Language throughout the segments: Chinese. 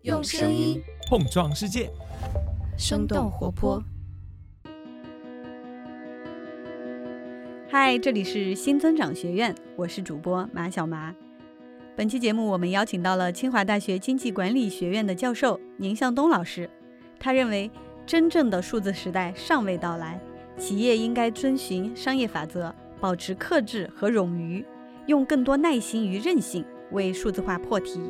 用声音碰撞世界， 生动活泼。 嗨，这里是新增长学院，我是主播马小麻。本期节目我们邀请到了清华大学经济管理学院的教授宁向东老师。他认为真正的数字时代尚未到来，企业应该遵循商业法则，保持克制和冗余，用更多耐心与韧性为数字化破题。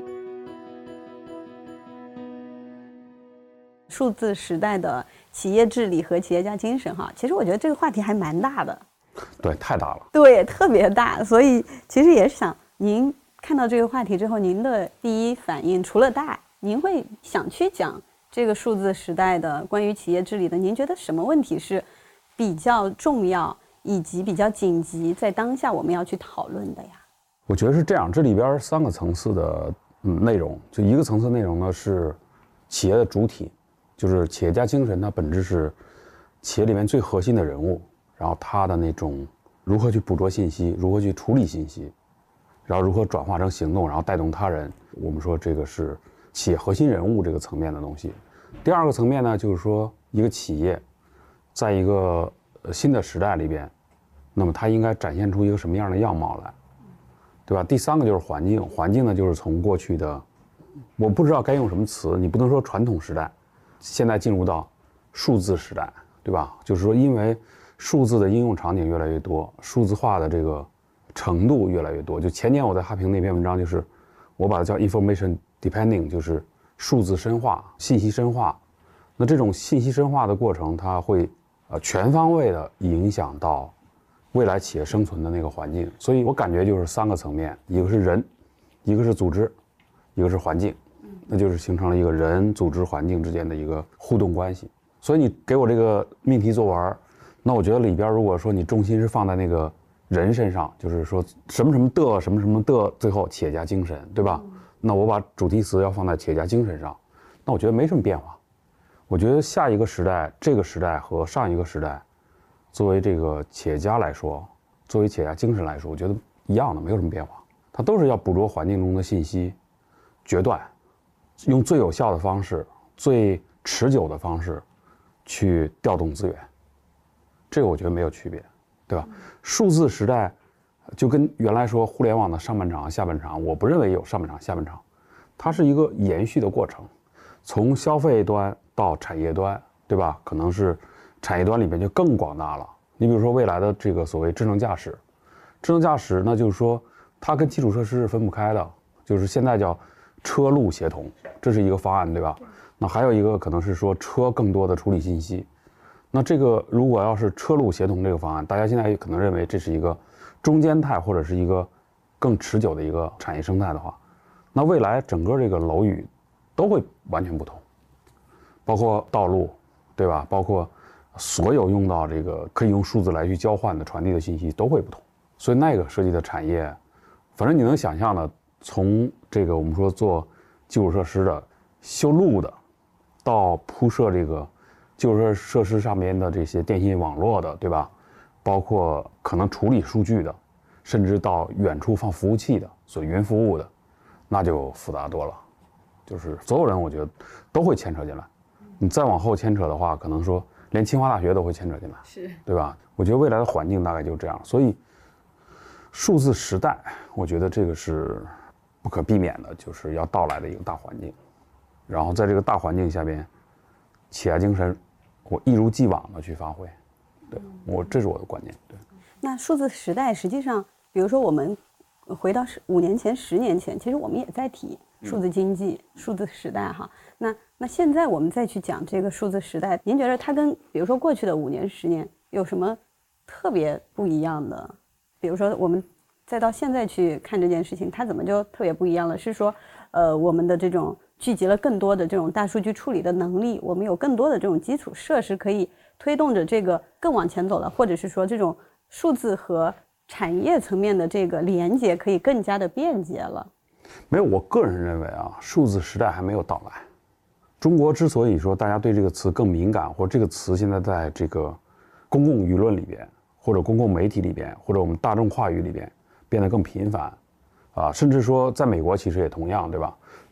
数字时代的企业治理和企业家精神其实我觉得这个话题还蛮大的。 对，太大了。 对，特别大。所以其实也是想您看到这个话题之后，您的第一反应除了大，您会想去讲这个数字时代的关于企业治理的，您觉得什么问题是比较重要以及比较紧急，在当下我们要去讨论的呀？ 我觉得是这样，这里边3个层次的内容。就一个层次内容呢是企业的主体，就是企业家精神，它本质是企业里面最核心的人物，然后他的那种如何去捕捉信息，如何去处理信息，然后如何转化成行动，然后带动他人。我们说这个是企业核心人物这个层面的东西。第二个层面呢，就是说一个企业在一个新的时代里边，那么它应该展现出一个什么样的样貌来，对吧？第3个就是环境，环境呢就是从过去的，我不知道该用什么词，你不能说传统时代，现在进入到数字时代，对吧？就是说因为数字的应用场景越来越多，数字化的这个程度越来越多。就前年我在哈平那篇文章，就是我把它叫 information depending， 就是数字深化、信息深化。那这种信息深化的过程，它会全方位的影响到未来企业生存的那个环境。所以我感觉就是3个层面，一个是人，一个是组织，一个是环境，那就是形成了一个人、组织、环境之间的一个互动关系。所以你给我这个命题作文，那我觉得里边如果说你重心是放在那个人身上，就是说什么什么的什么什么的，最后企业家精神，对吧？那我把主题词要放在企业家精神上，那我觉得没什么变化。我觉得下一个时代，这个时代和上一个时代，作为这个企业家来说，作为企业家精神来说，我觉得一样的，没有什么变化。它都是要捕捉环境中的信息，决断，用最有效的方式、最持久的方式去调动资源。这个我觉得没有区别，对吧？数字时代就跟原来说互联网的上半场、下半场，我不认为有上半场、下半场，它是一个延续的过程，从消费端到产业端，对吧？可能是产业端里面就更广大了。你比如说未来的这个所谓智能驾驶，智能驾驶呢，就是说它跟基础设施是分不开的，就是现在叫车路协同，这是一个方案，对吧？那还有一个可能是说车更多的处理信息。那这个如果要是车路协同这个方案，大家现在可能认为这是一个中间态或者是一个更持久的一个产业生态的话，那未来整个这个楼宇都会完全不同，包括道路，对吧？包括所有用到这个可以用数字来去交换的传递的信息都会不同。所以那个设计的产业，反正你能想象的，从这个我们说做基础设施的、修路的，到铺设这个基础设施上面的这些电信网络的，对吧？包括可能处理数据的，甚至到远处放服务器的，所以云服务的，那就复杂多了。就是所有人我觉得都会牵扯进来。你再往后牵扯的话，可能说连清华大学都会牵扯进来， 是， 对吧？我觉得未来的环境大概就是这样。所以数字时代，我觉得这个是不可避免的，就是要到来的一个大环境。然后在这个大环境下边，企业精神我一如既往的去发挥。对，这是我的观念。对。 那数字时代实际上，比如说我们回到5年前、10年前，其实我们也在提数字经济、数字时代哈。那现在我们再去讲这个数字时代，您觉得它跟比如说过去的5年、10年有什么特别不一样的？比如说我们再到现在去看这件事情，它怎么就特别不一样了？是说我们的这种聚集了更多的这种大数据处理的能力，我们有更多的这种基础设施可以推动着这个更往前走了，或者是说这种数字和产业层面的这个连接可以更加的便捷了？ 没有，我个人认为啊，数字时代还没有到来。中国之所以说大家对这个词更敏感，或者这个词现在在这个公共舆论里边，或者公共媒体里边，或者我们大众话语里边变得更频繁，甚至说在美国其实也同样，对吧？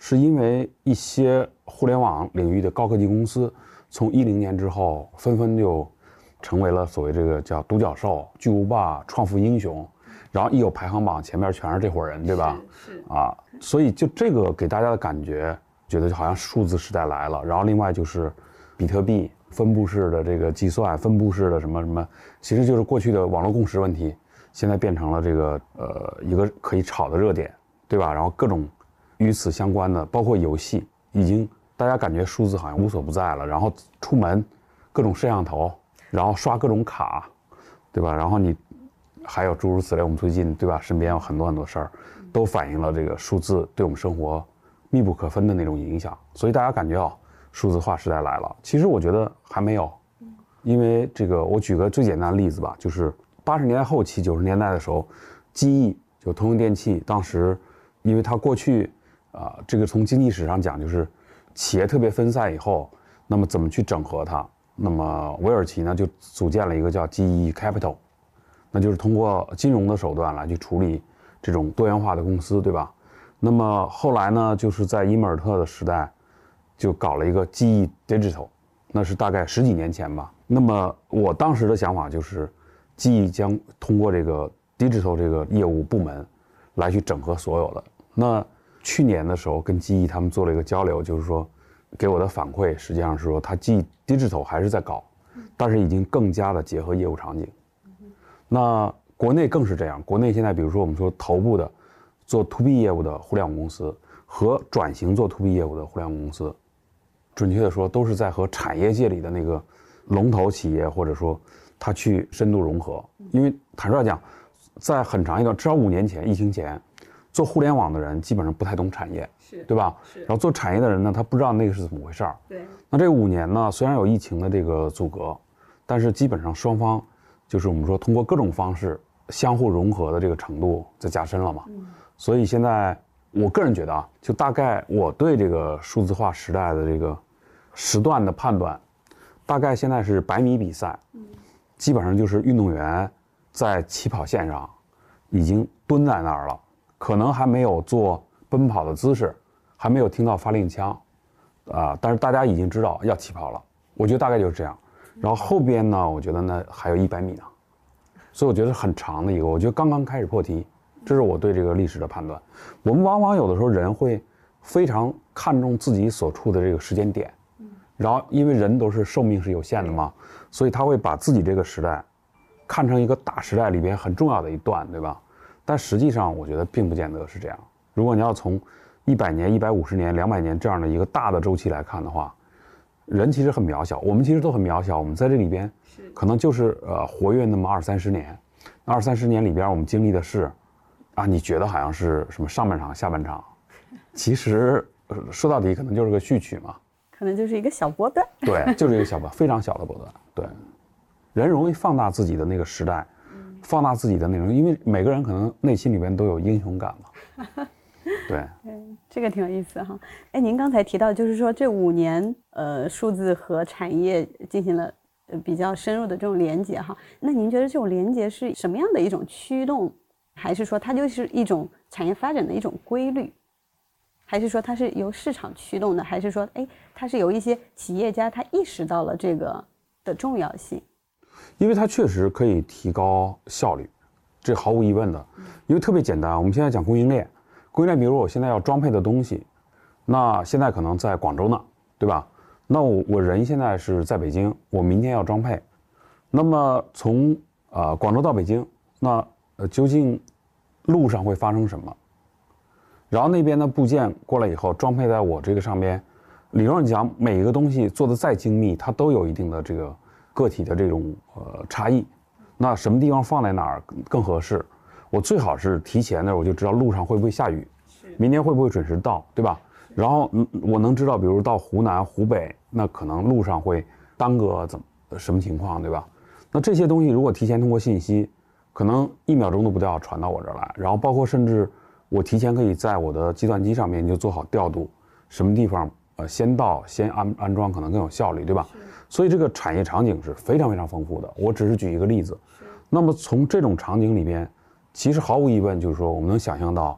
是因为一些互联网领域的高科技公司从10年之后纷纷就成为了所谓这个叫独角兽、巨无霸、创富英雄，然后一有排行榜前面全是这伙人，对吧？ 是啊，所以就这个给大家的感觉，觉得好像数字时代来了。然后另外就是比特币分布式的这个计算，分布式的什么什么，其实就是过去的网络共识问题，现在变成了这个一个可以炒的热点，对吧？然后各种与此相关的，包括游戏，已经大家感觉数字好像无所不在了。然后出门各种摄像头，然后刷各种卡，对吧？然后你还有诸如此类，我们最近对吧，身边有很多很多事儿，都反映了这个数字对我们生活密不可分的那种影响。所以大家感觉数字化时代来了。其实我觉得还没有，因为这个我举个最简单的例子吧，就是80年代后期90年代的时候，记忆就通用电气，当时因为它过去这个从经济史上讲，就是企业特别分散以后，那么怎么去整合它？那么韦尔奇呢就组建了一个叫 GE Capital， 那就是通过金融的手段来去处理这种多元化的公司，对吧？那么后来呢，就是在伊默尔特的时代，就搞了一个 GE Digital， 那是大概10几年前吧。那么我当时的想法就是 ，GE 将通过这个 Digital 这个业务部门来去整合所有的。那去年的时候跟 GE 他们做了一个交流，就是说给我的反馈实际上是说，它 GE Digital 还是在搞，但是已经更加的结合业务场景。那国内更是这样，国内现在比如说我们说头部的做 To B 业务的互联网公司和转型做 To B 业务的互联网公司，准确的说都是在和产业界里的那个龙头企业或者说它去深度融合。因为坦率讲，在很长一段至少5年前疫情前，做互联网的人基本上不太懂产业，对吧？然后做产业的人呢，他不知道那个是怎么回事儿。 对。 那这5年呢，虽然有疫情的这个阻隔，但是基本上双方就是我们说通过各种方式相互融合的这个程度在加深了嘛。所以现在我个人觉得就大概我对这个数字化时代的这个时段的判断，大概现在是100米比赛，基本上就是运动员在起跑线上已经蹲在那儿了，可能还没有做奔跑的姿势，还没有听到发令枪，但是大家已经知道要起跑了。我觉得大概就是这样。然后后边呢，我觉得呢还有100米呢，所以我觉得很长的一个，我觉得刚刚开始破题，这是我对这个历史的判断。我们往往有的时候人会非常看重自己所处的这个时间点，然后因为人都是寿命是有限的嘛，所以他会把自己这个时代看成一个大时代里边很重要的一段，对吧？但实际上我觉得并不见得是这样。如果你要从100年、150年、200年这样的一个大的周期来看的话，人其实很渺小，我们其实都很渺小，我们在这里边可能就是活跃那么20-30年，那20-30年里边我们经历的事你觉得好像是什么上半场下半场，其实说到底可能就是个序曲嘛， 可能就是一个小波段。 对，就是一个小波，非常小的波段。对，人容易放大自己的那个时代，放大自己的那种，因为每个人可能内心里边都有英雄感嘛。对， 这个挺有意思哈。哎，您刚才提到就是说这5年，数字和产业进行了比较深入的这种连接哈。那您觉得这种连接是什么样的一种驱动，还是说它就是一种产业发展的一种规律，还是说它是由市场驱动的，还是说它是由一些企业家他意识到了这个的重要性？ 因为它确实可以提高效率，这毫无疑问的。因为特别简单，我们现在讲供应链。供应链，比如我现在要装配的东西，那现在可能在广州呢，对吧？那我人现在是在北京，我明天要装配，那么从广州到北京，那究竟路上会发生什么？然后那边的部件过来以后装配在我这个上边，理论上讲，每一个东西做的再精密，它都有一定的这个个体的这种差异。那什么地方放在哪儿更合适？我最好是提前的，我就知道路上会不会下雨，明天会不会准时到，对吧？然后我能知道，比如到湖南、湖北，那可能路上会耽搁什么情况，对吧？那这些东西如果提前通过信息，可能1秒钟都不掉传到我这儿来，然后包括甚至我提前可以在我的计算机上面就做好调度，什么地方先到先安装可能更有效率，对吧？所以这个产业场景是非常非常丰富的。我只是举一个例子，那么从这种场景里边。其实毫无疑问，就是说我们能想象到，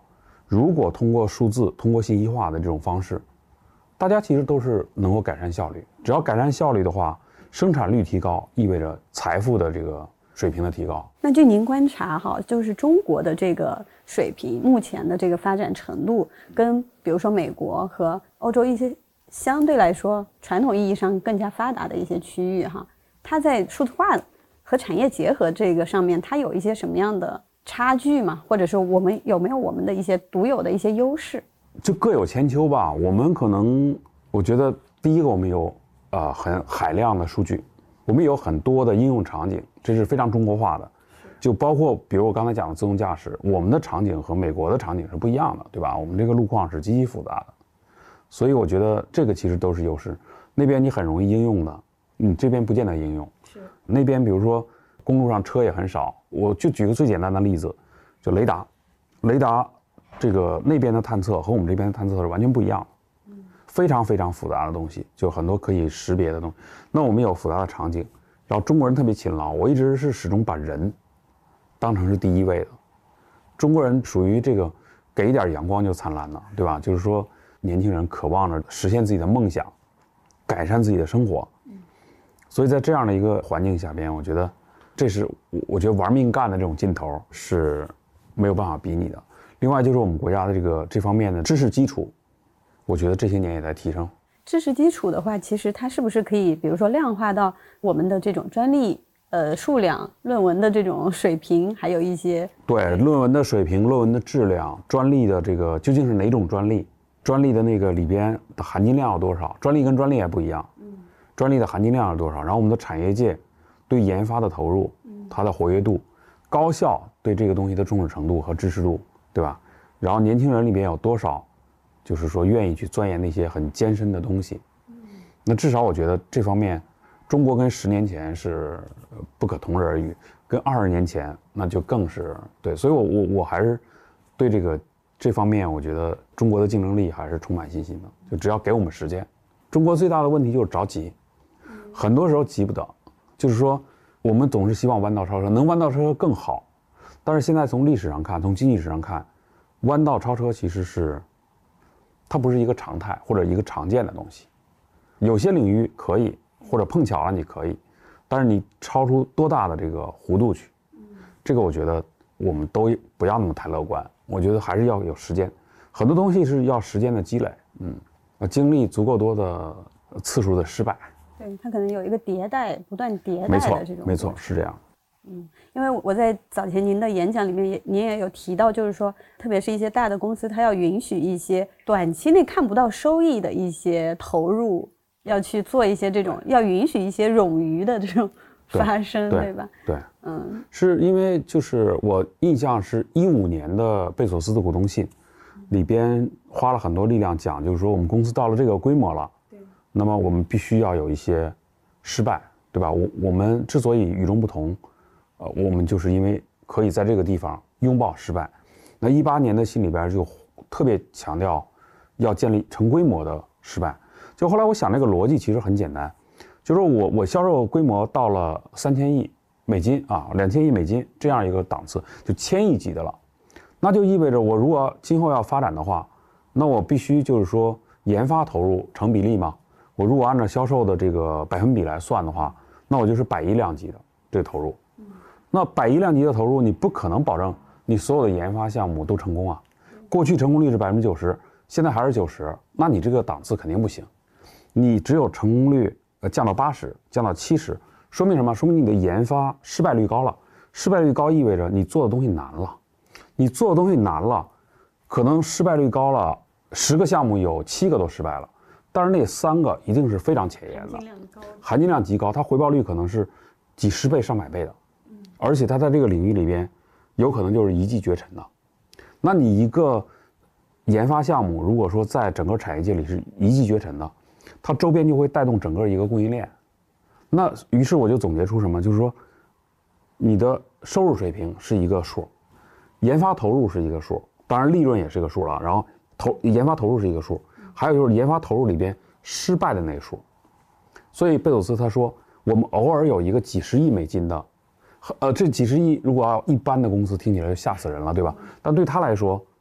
如果通过数字、通过信息化的这种方式，大家其实都是能够改善效率。只要改善效率的话，生产率提高，意味着财富的这个水平的提高。 那据您观察哈，就是中国的这个水平，目前的这个发展程度，跟比如说美国和欧洲一些相对来说传统意义上更加发达的一些区域哈，它在数字化和产业结合这个上面，它有一些什么样的差距吗？或者说我们有没有我们的一些独有的一些优势？ 就各有千秋吧。我们可能，我觉得第一个，我们有很海量的数据，我们有很多的应用场景，这是非常中国化的。就包括比如我刚才讲的自动驾驶，我们的场景和美国的场景是不一样的，对吧？我们这个路况是极其复杂的，所以我觉得这个其实都是优势。那边你很容易应用的，这边不见得应用。是那边比如说公路上车也很少，我就举个最简单的例子，就雷达，这个那边的探测和我们这边的探测是完全不一样的，非常非常复杂的东西，就很多可以识别的东西。那我们有复杂的场景，然后中国人特别勤劳，我一直是始终把人当成是第一位的。中国人属于这个给一点阳光就灿烂了，对吧？就是说年轻人渴望着实现自己的梦想，改善自己的生活。所以在这样的一个环境下边，我觉得这是我觉得玩命干的这种劲头是没有办法比拟的。另外就是我们国家的这方面的知识基础，我觉得这些年也在提升。 知识基础的话，其实它是不是可以比如说量化到我们的这种专利数量、论文的这种水平，还有一些对论文的水平、论文的质量、专利的这个究竟是哪种专利，专利的那个里边的含金量有多少，专利跟专利也不一样，专利的含金量有多少，然后我们的产业界对研发的投入，它的活跃度、高校对这个东西的重视程度和支持度，对吧？然后年轻人里边有多少就是说愿意去钻研那些很艰深的东西，那至少我觉得这方面中国跟10年前是不可同日而语，跟20年前那就更是对。所以我还是对这方面我觉得中国的竞争力还是充满信心的，就只要给我们时间。中国最大的问题就是着急，很多时候急不得，就是说我们总是希望弯道超车，能弯道超车更好，但是现在从历史上看，从经济史上看，弯道超车其实它不是一个常态或者一个常见的东西。有些领域可以，或者碰巧了你可以，但是你超出多大的这个弧度去，这个我觉得我们都不要那么太乐观。我觉得还是要有时间，很多东西是要时间的积累，经历足够多的次数的失败。 对，它可能有一个迭代，不断迭代的这种。 没错，是这样。 因为我在早前您的演讲里面您也有提到，就是说，特别是一些大的公司，它要允许一些短期内看不到收益的一些投入，要去做一些这种，要允许一些冗余的这种发生，对吧？ 对，是因为就是我印象是15年的贝索斯的股东信里边花了很多力量讲，就是说我们公司到了这个规模了，那么我们必须要有一些失败，对吧？我们之所以与众不同，我们就是因为可以在这个地方拥抱失败。那18年的信里边就特别强调要建立成规模的失败。就后来我想这个逻辑其实很简单，就是我销售规模到了3000亿美金啊，2000亿美金这样一个档次，就1000亿级的了。那就意味着我如果今后要发展的话，那我必须就是说研发投入成比例嘛。我如果按照销售的这个百分比来算的话，那我就是100亿量级的这个投入。那100亿量级的投入，你不可能保证你所有的研发项目都成功啊。过去成功率是90%，现在还是90%，那你这个档次肯定不行。你只有成功率降到80%，降到70%，说明什么？说明你的研发失败率高了。失败率高意味着你做的东西难了。你做的东西难了，可能失败率高了，10个项目有7个都失败了，但是那3个一定是非常前沿的，含金量极高，它回报率可能是几十倍、上百倍的，而且它在这个领域里边，有可能就是一骑绝尘的。那你一个研发项目，如果说在整个产业界里是一骑绝尘的，它周边就会带动整个一个供应链。那于是我就总结出什么，就是说，你的收入水平是一个数，研发投入是一个数，当然利润也是个数了。然后研发投入是一个数，还有就是研发投入里边失败的那个数。所以贝佐斯他说，我们偶尔有一个几十亿美金的，这几十亿如果要一般的公司听起来就吓死人了，对吧？但对他来说，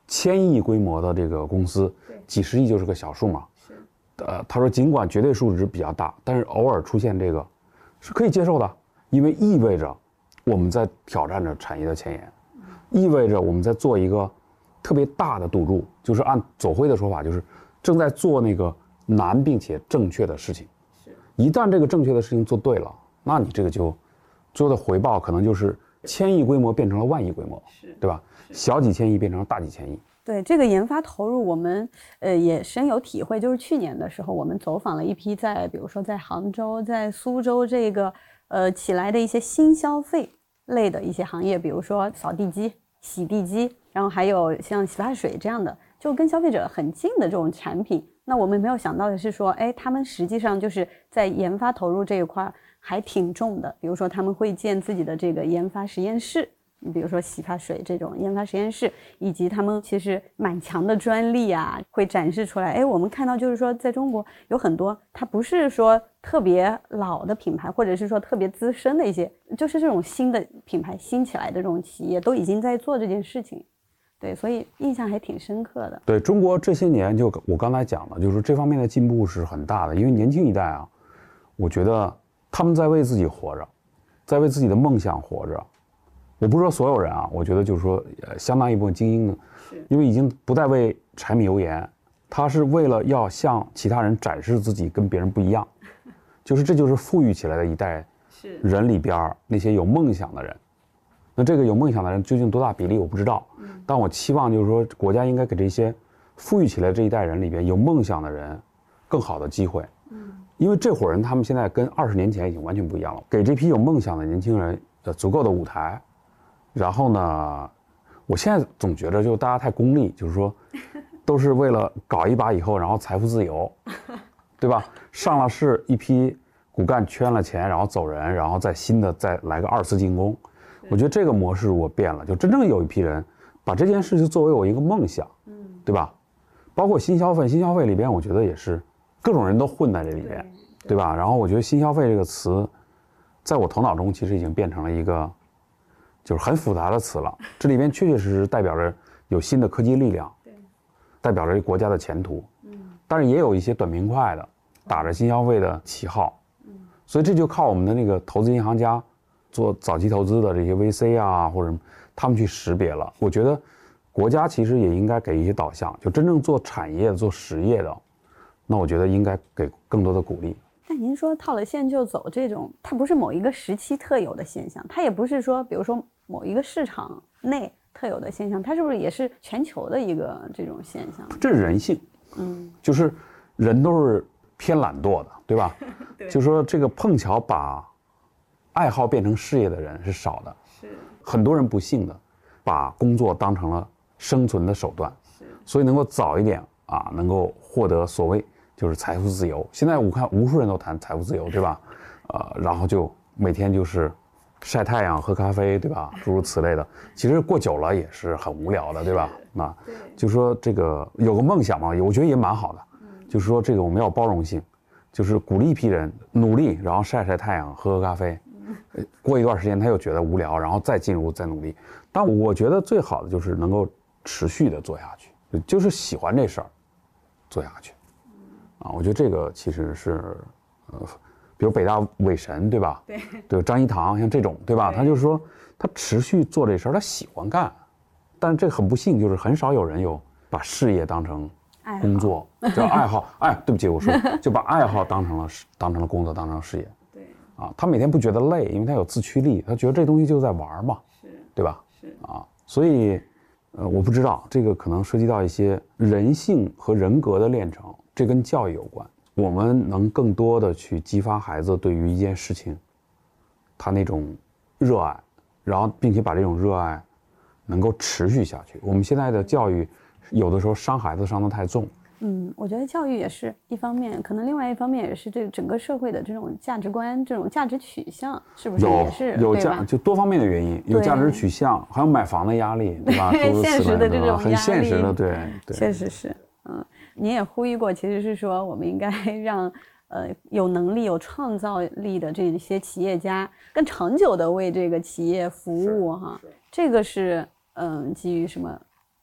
1000亿规模的这个公司，几十亿就是个小数嘛。他说尽管绝对数值比较大，但是偶尔出现这个是可以接受的，因为意味着我们在挑战着产业的前沿，意味着我们在做一个特别大的赌注，就是按左晖的说法，就是正在做那个难并且正确的事情。一旦这个正确的事情做对了，那你这个就最后的回报可能就是1000亿规模变成了万亿规模，对吧？小几千亿变成了大几千亿。 对这个研发投入，我们也深有体会。就是去年的时候，我们走访了一批比如说在杭州、在苏州这个起来的一些新消费类的一些行业，比如说扫地机、洗地机，然后还有像洗发水这样的，就跟消费者很近的这种产品。那我们没有想到的是说，他们实际上就是在研发投入这一块还挺重的。比如说他们会建自己的这个研发实验室，比如说洗发水这种研发实验室，以及他们其实蛮强的专利啊，会展示出来。我们看到就是说，在中国有很多它不是说特别老的品牌，或者是说特别资深的一些，就是这种新的品牌新起来的这种企业，都已经在做这件事情。对，所以印象还挺深刻的。 对，中国这些年，就我刚才讲的，就是这方面的进步是很大的，因为年轻一代啊，我觉得他们在为自己活着，在为自己的梦想活着。我不是说所有人啊，我觉得就是说，相当一部分精英呢，因为已经不再为柴米油盐，他是为了要向其他人展示自己跟别人不一样，这就是富裕起来的一代人里边那些有梦想的人。那这个有梦想的人究竟多大比例我不知道，但我期望就是说，国家应该给这些富裕起来这一代人里边有梦想的人更好的机会。因为这伙人他们现在跟20年前已经完全不一样了，给这批有梦想的年轻人足够的舞台。然后呢，我现在总觉得就大家太功利，就是说都是为了搞一把以后然后财富自由，对吧？上了市一批骨干圈了钱然后走人，然后再来个2次进攻。我觉得这个模式我变了，就真正有一批人把这件事情作为我一个梦想，对吧？包括新消费里边我觉得也是各种人都混在这里边，对吧？然后我觉得新消费这个词在我头脑中其实已经变成了一个就是很复杂的词了，这里边确确实实代表着有新的科技力量，代表着国家的前途，但是也有一些短平快的打着新消费的旗号，所以这就靠我们的那个投资银行家做早期投资的这些 VC 啊，或者他们去识别了。我觉得国家其实也应该给一些导向，就真正做产业做实业的，那我觉得应该给更多的鼓励。 但您说套了线就走这种，它不是某一个时期特有的现象，它也不是说比如说某一个市场内特有的现象，它是不是也是全球的一个这种现象？ 这是人性，就是人都是偏懒惰的，对吧？对，就说这个碰巧把爱好变成事业的人是少的，很多人不幸的把工作当成了生存的手段，所以能够早一点啊，能够获得所谓就是财富自由。现在我看无数人都谈财富自由，对吧？然后就每天就是晒太阳、喝咖啡，对吧？诸如此类的，其实过久了也是很无聊的，对吧？啊，就说这个有个梦想嘛，我觉得也蛮好的。就是说这个我们要包容性，就是鼓励一批人努力，然后晒晒太阳、喝喝咖啡。过一段时间他又觉得无聊，然后再努力。但我觉得最好的就是能够持续的做下去，就是喜欢这事儿，做下去。我觉得这个其实是，比如北大伪神，对吧？对，张一堂像这种，对吧？他就是说他持续做这事儿，他喜欢干，但这很不幸，就是很少有人有把事业当成工作，叫爱好。对不起，我说就把爱好当成了工作，当成了事业。他每天不觉得累，因为他有自驱力，他觉得这东西就在玩嘛，对吧？所以，我不知道这个可能涉及到一些人性和人格的炼成，这跟教育有关。我们能更多的去激发孩子对于一件事情，他那种热爱，然后并且把这种热爱能够持续下去。我们现在的教育有的时候伤孩子伤得太重。 我觉得教育也是一方面，可能另外一方面也是这整个社会的这种价值观、这种价值取向，是不是也是有就多方面的原因，有价值取向，还有买房的压力，对吧？ 很现实的这种压力， 很现实的，对， 确实是。您也呼吁过，其实是说我们应该让有能力、有创造力的这些企业家更长久的为这个企业服务哈。这个是基于什么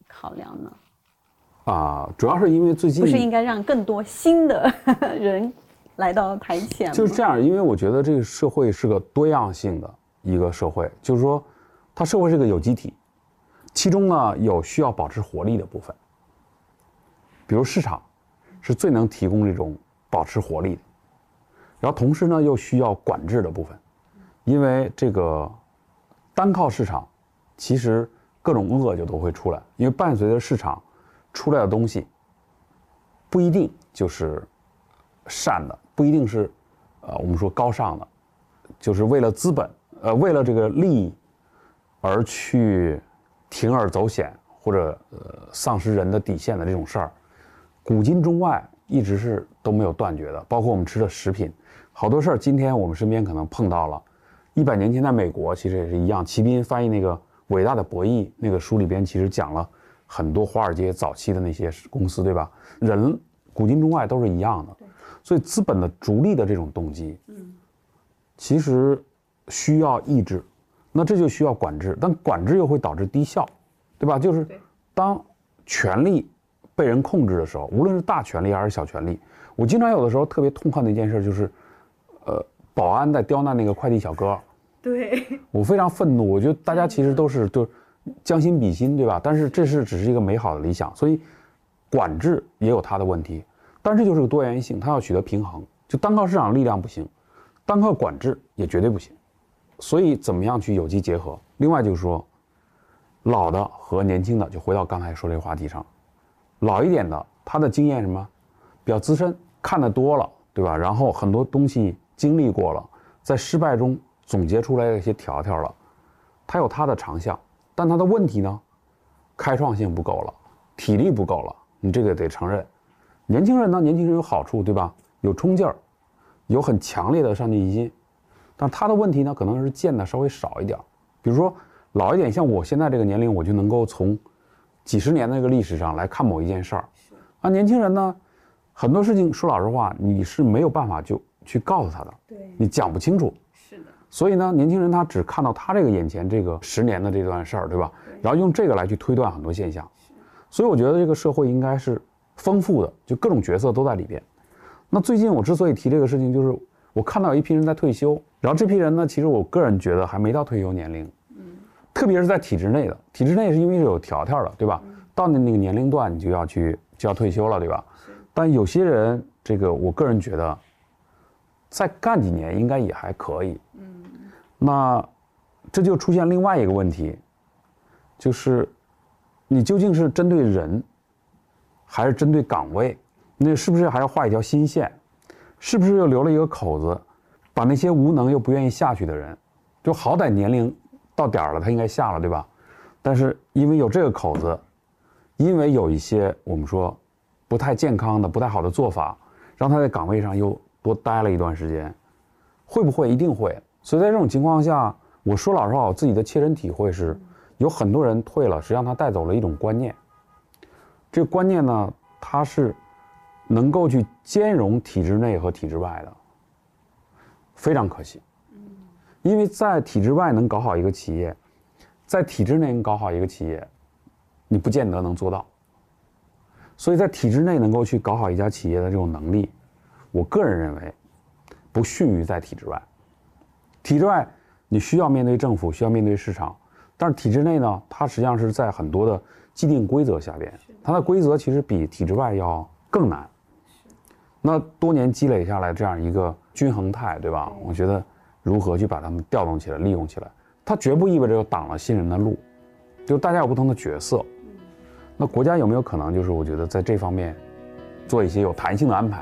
考量呢？ 主要是因为最近不是应该让更多新的人来到台前吗？ 就是这样，因为我觉得这个社会是个多样性的一个社会，就是说，它社会是个有机体，其中呢有需要保持活力的部分，比如市场是最能提供这种保持活力的，然后同时呢又需要管制的部分，因为这个单靠市场，其实各种恶就都会出来，因为伴随着市场出来的东西，不一定就是善的，不一定是我们说高尚的，就是为了资本，为了这个利益而去铤而走险或者丧失人的底线的这种事儿，古今中外一直是都没有断绝的。包括我们吃的食品，好多事儿今天我们身边可能碰到了，100年前在美国其实也是一样。齐斌翻译那个《伟大的博弈》那个书里边，其实讲了很多华尔街早期的那些公司，对吧？人古今中外都是一样的，所以资本的逐利的这种动机，其实需要抑制，那这就需要管制，但管制又会导致低效，对吧？就是当权力被人控制的时候，无论是大权力还是小权力，我经常有的时候特别痛恨的一件事就是，保安在刁难那个快递小哥， 对， 我非常愤怒。我觉得大家其实都是就将心比心，对吧？但是这是只是一个美好的理想，所以管制也有它的问题，但是这就是个多元性，它要取得平衡，就单靠市场力量不行，单靠管制也绝对不行。所以怎么样去有机结合？另外就是说，老的和年轻的，就回到刚才说这个话题上，老一点的他的经验什么比较资深，看得多了，对吧？然后很多东西经历过了，在失败中总结出来一些条条了，他有他的长项，但他的问题呢，开创性不够了，体力不够了，你这个得承认。年轻人呢，年轻人有好处，对吧？有冲劲儿，有很强烈的上进心，但他的问题呢，可能是见的稍微少一点。比如说老一点，像我现在这个年龄，我就能够从几十年的这个历史上来看某一件事儿。年轻人呢，很多事情说老实话，你是没有办法就去告诉他的， 对， 你讲不清楚。 是的。 所以呢，年轻人他只看到他这个眼前这个10年的这段事儿，对吧？然后用这个来去推断很多现象。所以我觉得这个社会应该是丰富的，就各种角色都在里边。那最近我之所以提这个事情，就是我看到有一批人在退休，然后这批人呢，其实我个人觉得还没到退休年龄，特别是在体制内的，体制内是因为是有条条的，对吧？到那个年龄段你就要退休了，对吧？但有些人，这个我个人觉得，再干几年应该也还可以。那这就出现另外一个问题，就是你究竟是针对人，还是针对岗位？那是不是还要画一条新线？是不是又留了一个口子，把那些无能又不愿意下去的人，就好歹年龄到点儿了，他应该下了，对吧？但是因为有这个口子，因为有一些我们说不太健康的、不太好的做法，让他在岗位上又多待了一段时间，会不会？一定会。所以在这种情况下，我说老实话，我自己的切身体会是，有很多人退了，实际上他带走了一种观念。这个观念呢，它是能够去兼容体制内和体制外的，非常可惜。因为在体制外能搞好一个企业，在体制内能搞好一个企业，你不见得能做到。所以在体制内能够去搞好一家企业的这种能力，我个人认为不逊于在体制外。体制外你需要面对政府，需要面对市场，但是体制内呢，它实际上是在很多的既定规则下边，它的规则其实比体制外要更难。那多年积累下来这样一个均衡态，对吧？我觉得如何去把它们调动起来、利用起来，它绝不意味着就挡了新人的路，就大家有不同的角色。那国家有没有可能就是我觉得在这方面做一些有弹性的安排？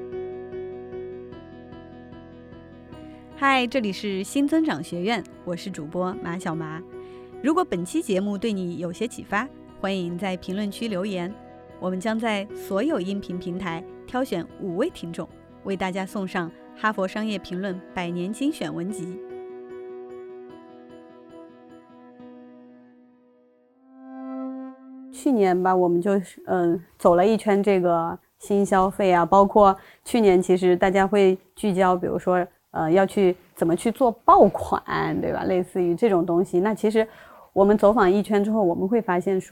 嗨，这里是新增长学院，我是主播马小麻。如果本期节目对你有些启发，欢迎在评论区留言，我们将在所有音频平台挑选5位听众，为大家送上哈佛商业评论100年精选文集。 去年吧，我们就走了一圈这个新消费啊，包括去年其实大家会聚焦，比如说要去怎么去做爆款，对吧？类似于这种东西。那其实我们走访一圈之后，我们会发现说，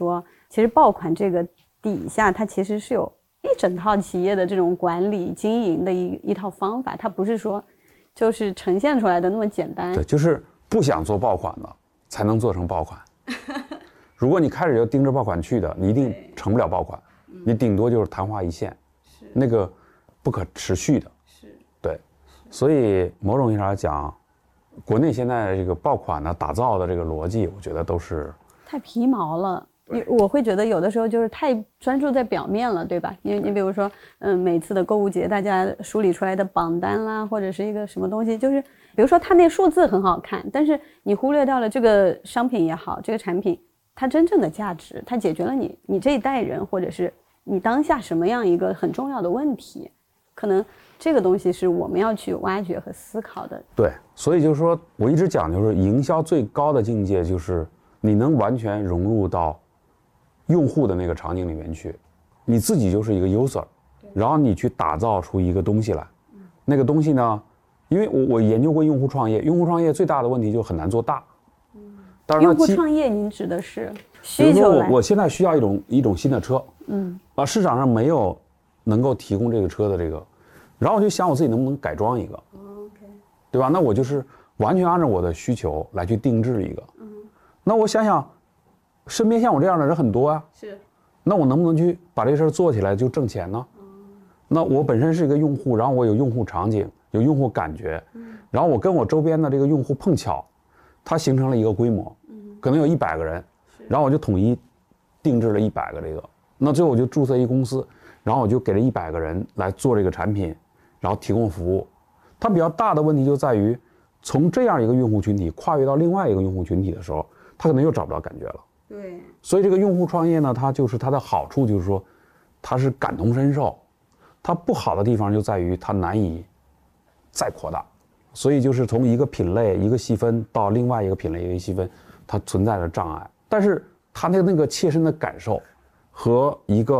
其实爆款这个底下它其实是有一整套企业的这种管理经营的一套方法，它不是说就是呈现出来的那么简单。 对，就是不想做爆款的才能做成爆款。如果你开始就盯着爆款去的，你一定成不了爆款，你顶多就是昙花一现，那个不可持续的。对，所以某种意义上来讲，国内现在这个爆款呢打造的这个逻辑，我觉得都是太皮毛了。我会觉得有的时候就是太专注在表面了，对吧？你比如说，每次的购物节大家梳理出来的榜单啦，或者是一个什么东西，就是比如说它那数字很好看，但是你忽略掉了这个商品也好，这个产品它真正的价值，它解决了你这一代人或者是你当下什么样一个很重要的问题，可能这个东西是我们要去挖掘和思考的。 对，所以就是说我一直讲，就是营销最高的境界就是你能完全融入到用户的那个场景里面去，你自己就是一个 user， 然后你去打造出一个东西来。那个东西呢，因为我研究过用户创业，用户创业最大的问题就很难做大。 用户创业您指的是需求来， 我现在需要一种新的车，市场上没有能够提供这个车的这个，然后我就想我自己能不能改装一个，对吧？那我就是完全按照我的需求来去定制一个。那我想想，身边像我这样的人很多啊， 是， 那我能不能去把这事儿做起来就挣钱呢？那我本身是一个用户，然后我有用户场景，有用户感觉，然后我跟我周边的这个用户碰巧，它形成了一个规模，可能有100个人，然后我就统一定制了100个这个，那最后我就注册一公司，然后我就给这100个人来做这个产品，然后提供服务。它比较大的问题就在于，从这样一个用户群体跨越到另外一个用户群体的时候，他可能又找不到感觉了。 对， 所以这个用户创业呢，它的好处就是说，它是感同身受，它不好的地方就在于它难以再扩大，所以就是从一个品类一个细分到另外一个品类一个细分，它存在着障碍。但是它那个切身的感受和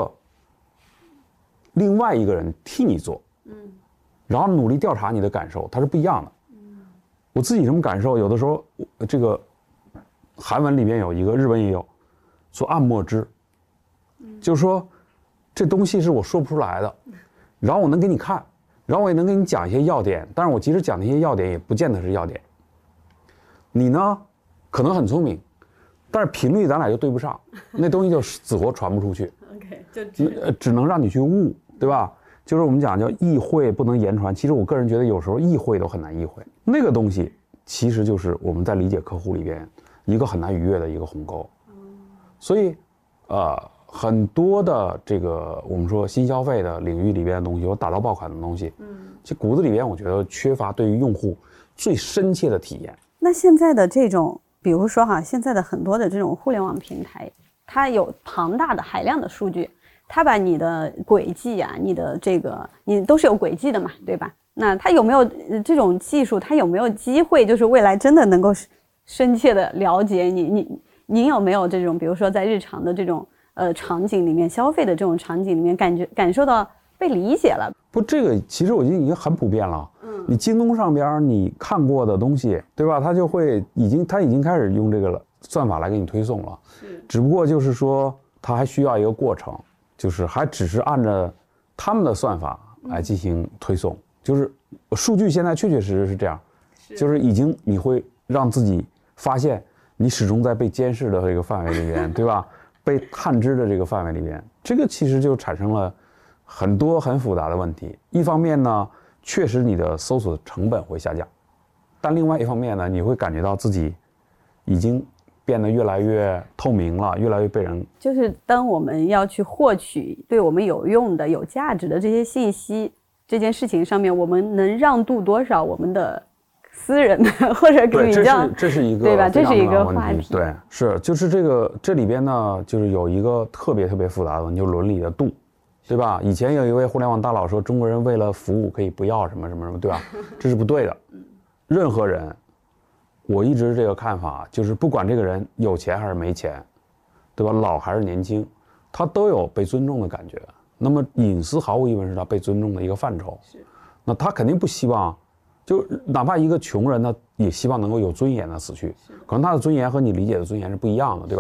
另外一个人替你做，然后努力调查你的感受，它是不一样的。我自己什么感受？有的时候这个韩文里面有一个，日文也有，说暗默知，就是说这东西是我说不出来的，然后我能给你看，然后我也能给你讲一些要点，但是我即使讲那些要点也不见得是要点。你呢可能很聪明，但是频率咱俩就对不上，那东西就死活传不出去。 OK， 就只能让你去悟，对吧？就是我们讲叫意会不能言传，其实我个人觉得有时候意会都很难意会，那个东西其实就是我们在理解客户里边一个很难逾越的一个鸿沟。所以很多的这个我们说新消费的领域里边的东西，有打造爆款的东西，其实骨子里边我觉得缺乏对于用户最深切的体验。 那现在的这种比如说现在的很多的这种互联网平台，它有庞大的海量的数据，它把你的轨迹啊，你的这个你都是有轨迹的嘛，对吧？那它有没有这种技术，它有没有机会就是未来真的能够深切的了解您有没有这种比如说在日常的这种场景里面消费的这种场景里面感受到被理解了？ 不，这个其实我觉得已经很普遍了。你京东上边你看过的东西，对吧？它就会它已经开始用这个算法来给你推送了。只不过就是说它还需要一个过程，就是还只是按照他们的算法来进行推送。就是数据现在确确实实是这样，就是已经你会让自己发现你始终在被监视的这个范围里边，对吧？被探知的这个范围里边，这个其实就产生了很多很复杂的问题。一方面呢，确实你的搜索成本会下降，但另外一方面呢，你会感觉到自己已经变得越来越透明了，越来越被人。就是当我们要去获取对我们有用的、有价值的这些信息这件事情上面，我们能让渡多少我们的私人或者比较， 这是一个对吧？这是一个话题。 对，是就是这里边呢，就是有一个特别复杂的问题，就是伦理的度。对吧？以前有一位互联网大佬说，中国人为了服务可以不要什么什么什么，对吧？这是不对的。任何人，我一直是这个看法，就是不管这个人有钱还是没钱，对吧？老还是年轻，他都有被尊重的感觉。那么隐私毫无疑问是他被尊重的一个范畴。那他肯定不希望，就哪怕一个穷人呢，也希望能够有尊严的死去。可能他的尊严和你理解的尊严是不一样的，对吧？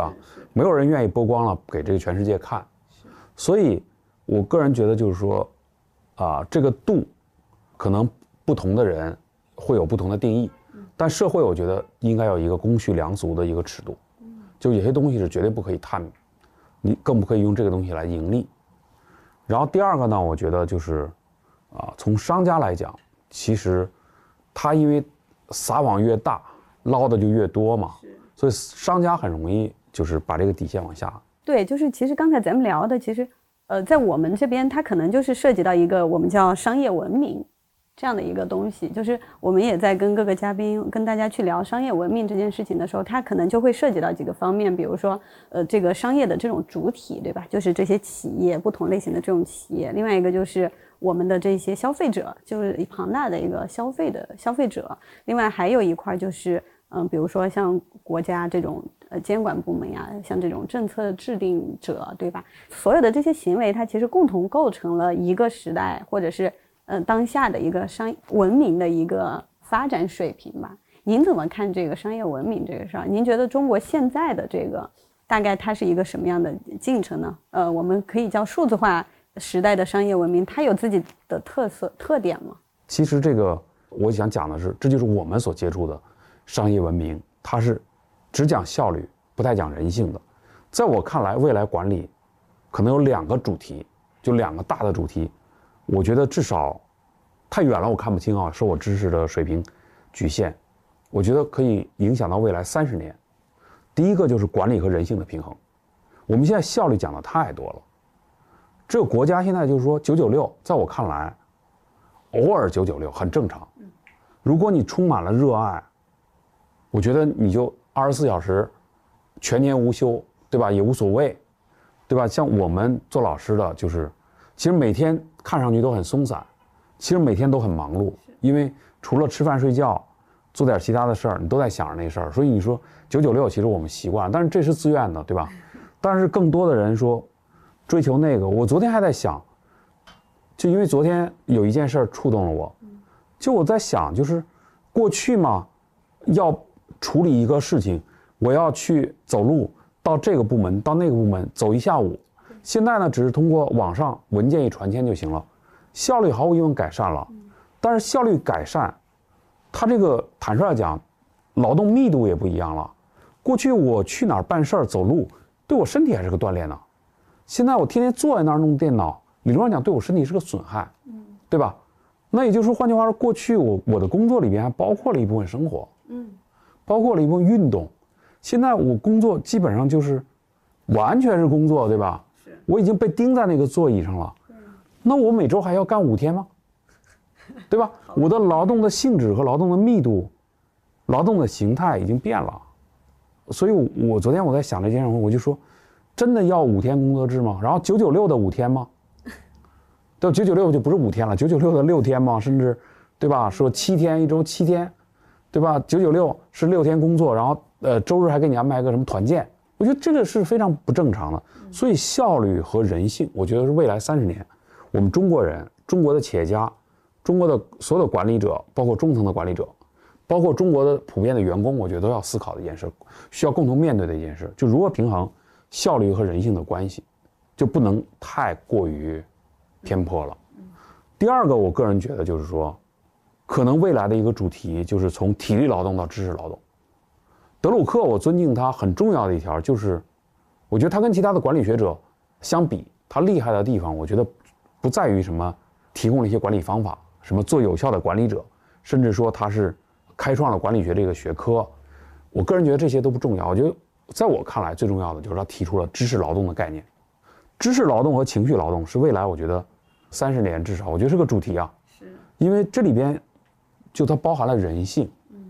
没有人愿意剥光了给这个全世界看。所以我个人觉得就是说，这个度，可能不同的人会有不同的定义，但社会我觉得应该有一个公序良俗的一个尺度，就有些东西是绝对不可以贪，你更不可以用这个东西来盈利。然后第二个呢，我觉得就是从商家来讲，其实他因为撒网越大，捞的就越多嘛，所以商家很容易就是把这个底线往下。 对，就是其实刚才咱们聊的，其实在我们这边，它可能就是涉及到一个我们叫商业文明这样的一个东西，就是我们也在跟各个嘉宾跟大家去聊商业文明这件事情的时候，它可能就会涉及到几个方面，比如说这个商业的这种主体，对吧？就是这些企业，不同类型的这种企业。另外一个就是我们的这些消费者，就是庞大的一个消费者。另外还有一块就是比如说像国家这种监管部门呀，像这种政策制定者，对吧？所有的这些行为，它其实共同构成了一个时代，或者是当下的一个文明的一个发展水平吧。您怎么看这个商业文明这个事儿？您觉得中国现在的这个大概它是一个什么样的进程呢？我们可以叫数字化时代的商业文明，它有自己的特点吗？ 其实这个我想讲的是，这就是我们所接触的商业文明，它是只讲效率，不太讲人性的。在我看来，未来管理可能有2个主题，就2个大的主题。我觉得至少太远了，我看不清受我知识的水平局限。我觉得可以影响到未来30年。第一个就是管理和人性的平衡。我们现在效率讲的太多了，这个国家现在就是说996，在我看来，偶尔996很正常。如果你充满了热爱，我觉得你就24小时全年无休，对吧？也无所谓，对吧？像我们做老师的，就是其实每天看上去都很松散，其实每天都很忙碌，因为除了吃饭睡觉，做点其他的事儿，你都在想着那事儿。所以你说996，其实我们习惯了，但是这是自愿的，对吧？但是更多的人说追求那个，我昨天还在想，就因为昨天有一件事触动了我，就我在想，就是过去嘛，要处理一个事情，我要去走路到这个部门到那个部门走一下午，现在呢只是通过网上文件一传签就行了，效率毫无疑问改善了。但是效率改善，它这个坦率来讲，劳动密度也不一样了。过去我去哪儿办事儿走路，对我身体还是个锻炼呢。现在我天天坐在那儿弄电脑，理论上讲对我身体是个损害，对吧？那也就是说，换句话说，过去我的工作里边还包括了一部分生活，包括了一部分运动。现在我工作基本上就是完全是工作，对吧？我已经被钉在那个座椅上了。那我每周还要干5天吗？对吧？我的劳动的性质和劳动的密度、劳动的形态已经变了。所以我昨天我在想这件事，我就说，真的要5天工作制吗？然后996的5天吗？对，996就不是5天了，996的6天吗？甚至，对吧？说7天，1周7天，对吧？996是6天工作，然后周日还给你安排个什么团建，我觉得这个是非常不正常的。所以效率和人性，我觉得是未来30年，我们中国人、中国的企业家、中国的所有的管理者，包括中层的管理者，包括中国的普遍的员工，我觉得都要思考的一件事，需要共同面对的一件事，就如何平衡效率和人性的关系，就不能太过于偏颇了。第二个，我个人觉得就是说，可能未来的一个主题就是从体力劳动到知识劳动。德鲁克，我尊敬他很重要的一条就是，我觉得他跟其他的管理学者相比，他厉害的地方，我觉得不在于什么提供了一些管理方法，什么做有效的管理者，甚至说他是开创了管理学这个学科。我个人觉得这些都不重要。我觉得在我看来最重要的就是他提出了知识劳动的概念。知识劳动和情绪劳动是未来我觉得30年至少我觉得是个主题啊，因为这里边就它包含了人性。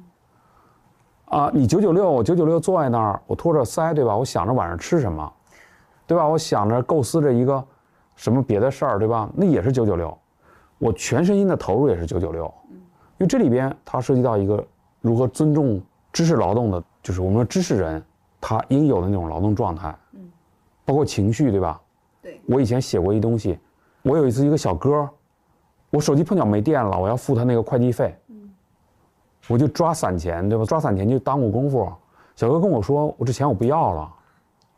你996，我996坐在那儿，我托着腮，对吧？我想着晚上吃什么，对吧？我想着构思着一个什么别的事儿，对吧？那也是996，我全身心的投入也是996，因为这里边它涉及到一个如何尊重知识劳动的，就是我们的知识人他应有的那种劳动状态，包括情绪，对吧？对，我以前写过一东西，我有一次一个小哥，我手机碰巧没电了，我要付他那个快递费，我就抓散钱，对吧？抓散钱就耽误功夫。小哥跟我说，我这钱我不要了，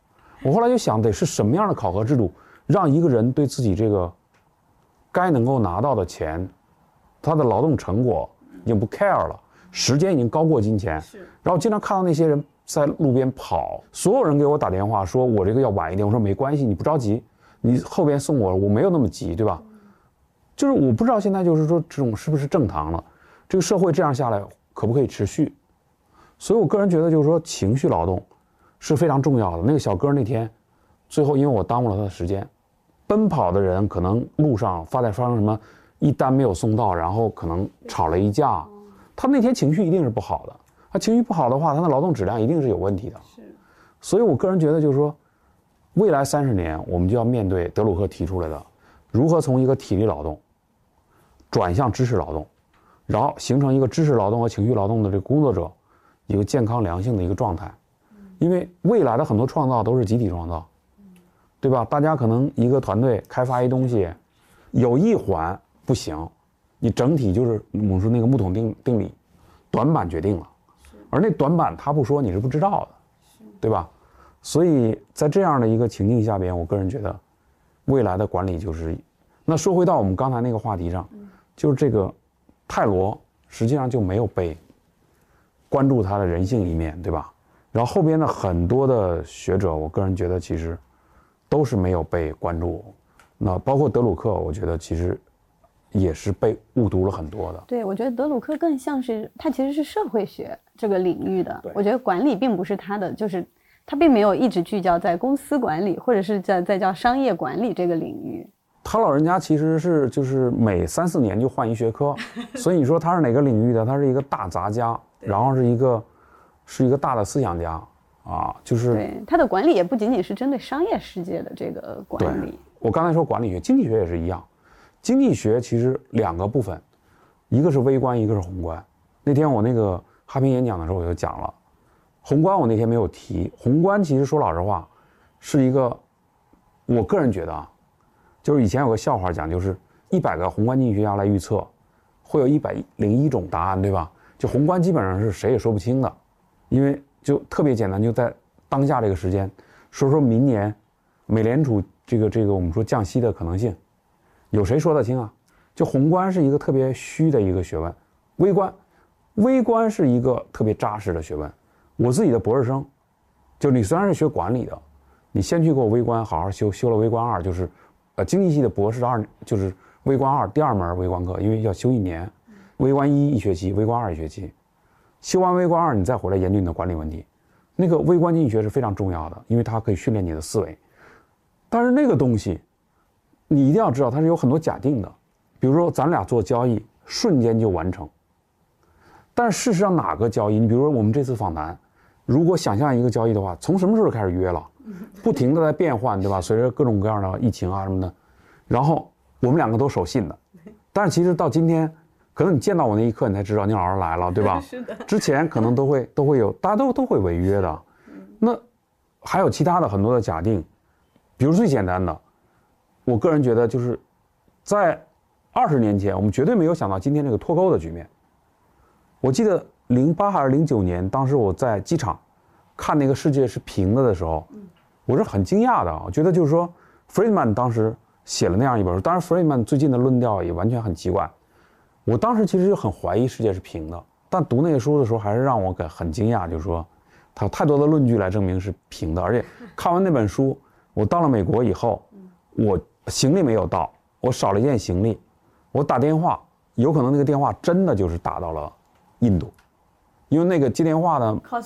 我后来就想，得是什么样的考核制度，让一个人对自己这个该能够拿到的钱，他的劳动成果已经不 care 了，时间已经高过金钱。然后经常看到那些人在路边跑，所有人给我打电话说我这个要晚一点，我说没关系，你不着急，你后边送我没有那么急，对吧？就是我不知道现在就是说这种是不是正常了，这个社会这样下来可不可以持续？所以我个人觉得就是说情绪劳动是非常重要的。那个小哥那天最后因为我耽误了他的时间，奔跑的人可能路上发生什么一单没有送到，然后可能吵了一架，他那天情绪一定是不好的。他情绪不好的话，他的劳动质量一定是有问题的。所以我个人觉得就是说，未来30年我们就要面对德鲁克提出来的，如何从一个体力劳动转向知识劳动，然后形成一个知识劳动和情绪劳动的这个工作者一个健康良性的一个状态。因为未来的很多创造都是集体创造，对吧？大家可能一个团队开发一东西，有一环不行，你整体就是我们说那个木桶定理，短板决定了，而那短板他不说你是不知道的，对吧？所以在这样的一个情境下边，我个人觉得未来的管理就是，那说回到我们刚才那个话题上，就是这个泰罗实际上就没有被关注他的人性一面，对吧？然后后边的很多的学者，我个人觉得其实都是没有被关注。那包括德鲁克，我觉得其实也是被误读了很多的。 对，我觉得德鲁克更像是他其实是社会学这个领域的。我觉得管理并不是他的，就是他并没有一直聚焦在公司管理或者是在叫商业管理这个领域。 他老人家其实是就是每3、4年就换一学科，所以你说他是哪个领域的？他是一个大杂家，然后是一个大的思想家啊，就是对他的管理也不仅仅是针对商业世界的这个管理。 我刚才说管理学，经济学也是一样。经济学其实2个部分，一个是微观，一个是宏观。那天我那个哈平演讲的时候我就讲了，宏观我那天没有提，宏观其实说老实话是一个，我个人觉得啊，就是以前有个笑话讲，就是100个宏观经济学家来预测，会有101种答案，对吧？就宏观基本上是谁也说不清的，因为就特别简单，就在当下这个时间，说明年美联储这个我们说降息的可能性，有谁说得清啊？就宏观是一个特别虚的一个学问，微观是一个特别扎实的学问。我自己的博士生，就你虽然是学管理的，你先去给我微观好好修了微观2，就是经济系的博士2就是微观2第2门微观课，因为要修1年，微观1学期，微观21学期。修完微观2，你再回来研究你的管理问题。那个微观经济学是非常重要的，因为它可以训练你的思维。但是那个东西，你一定要知道它是有很多假定的。比如说咱俩做交易，瞬间就完成。但是事实上哪个交易？你比如说我们这次访谈，如果想象一个交易的话，从什么时候开始约了？不停的在变换，对吧？随着各种各样的疫情啊什么的，然后我们2个都守信的。但是其实到今天，可能你见到我那一刻，你才知道你老师来了，对吧？ 是的。 之前可能都会有，大家都会违约的。那还有其他的很多的假定，比如最简单的，我个人觉得就是在20年前，我们绝对没有想到今天这个脱钩的局面。我记得08还是09年，当时我在机场看那个世界是平的时候，我是很惊讶的。我觉得就是说 Friedman 当时写了那样一本书，当然 Friedman 最近的论调也完全很奇怪。我当时其实就很怀疑世界是平的，但读那个书的时候还是让我很惊讶，就是说他有太多的论据来证明是平的。而且看完那本书，我到了美国以后，我行李没有到，我少了一件行李，我打电话，有可能那个电话真的就是打到了印度，因为那个接电话的 call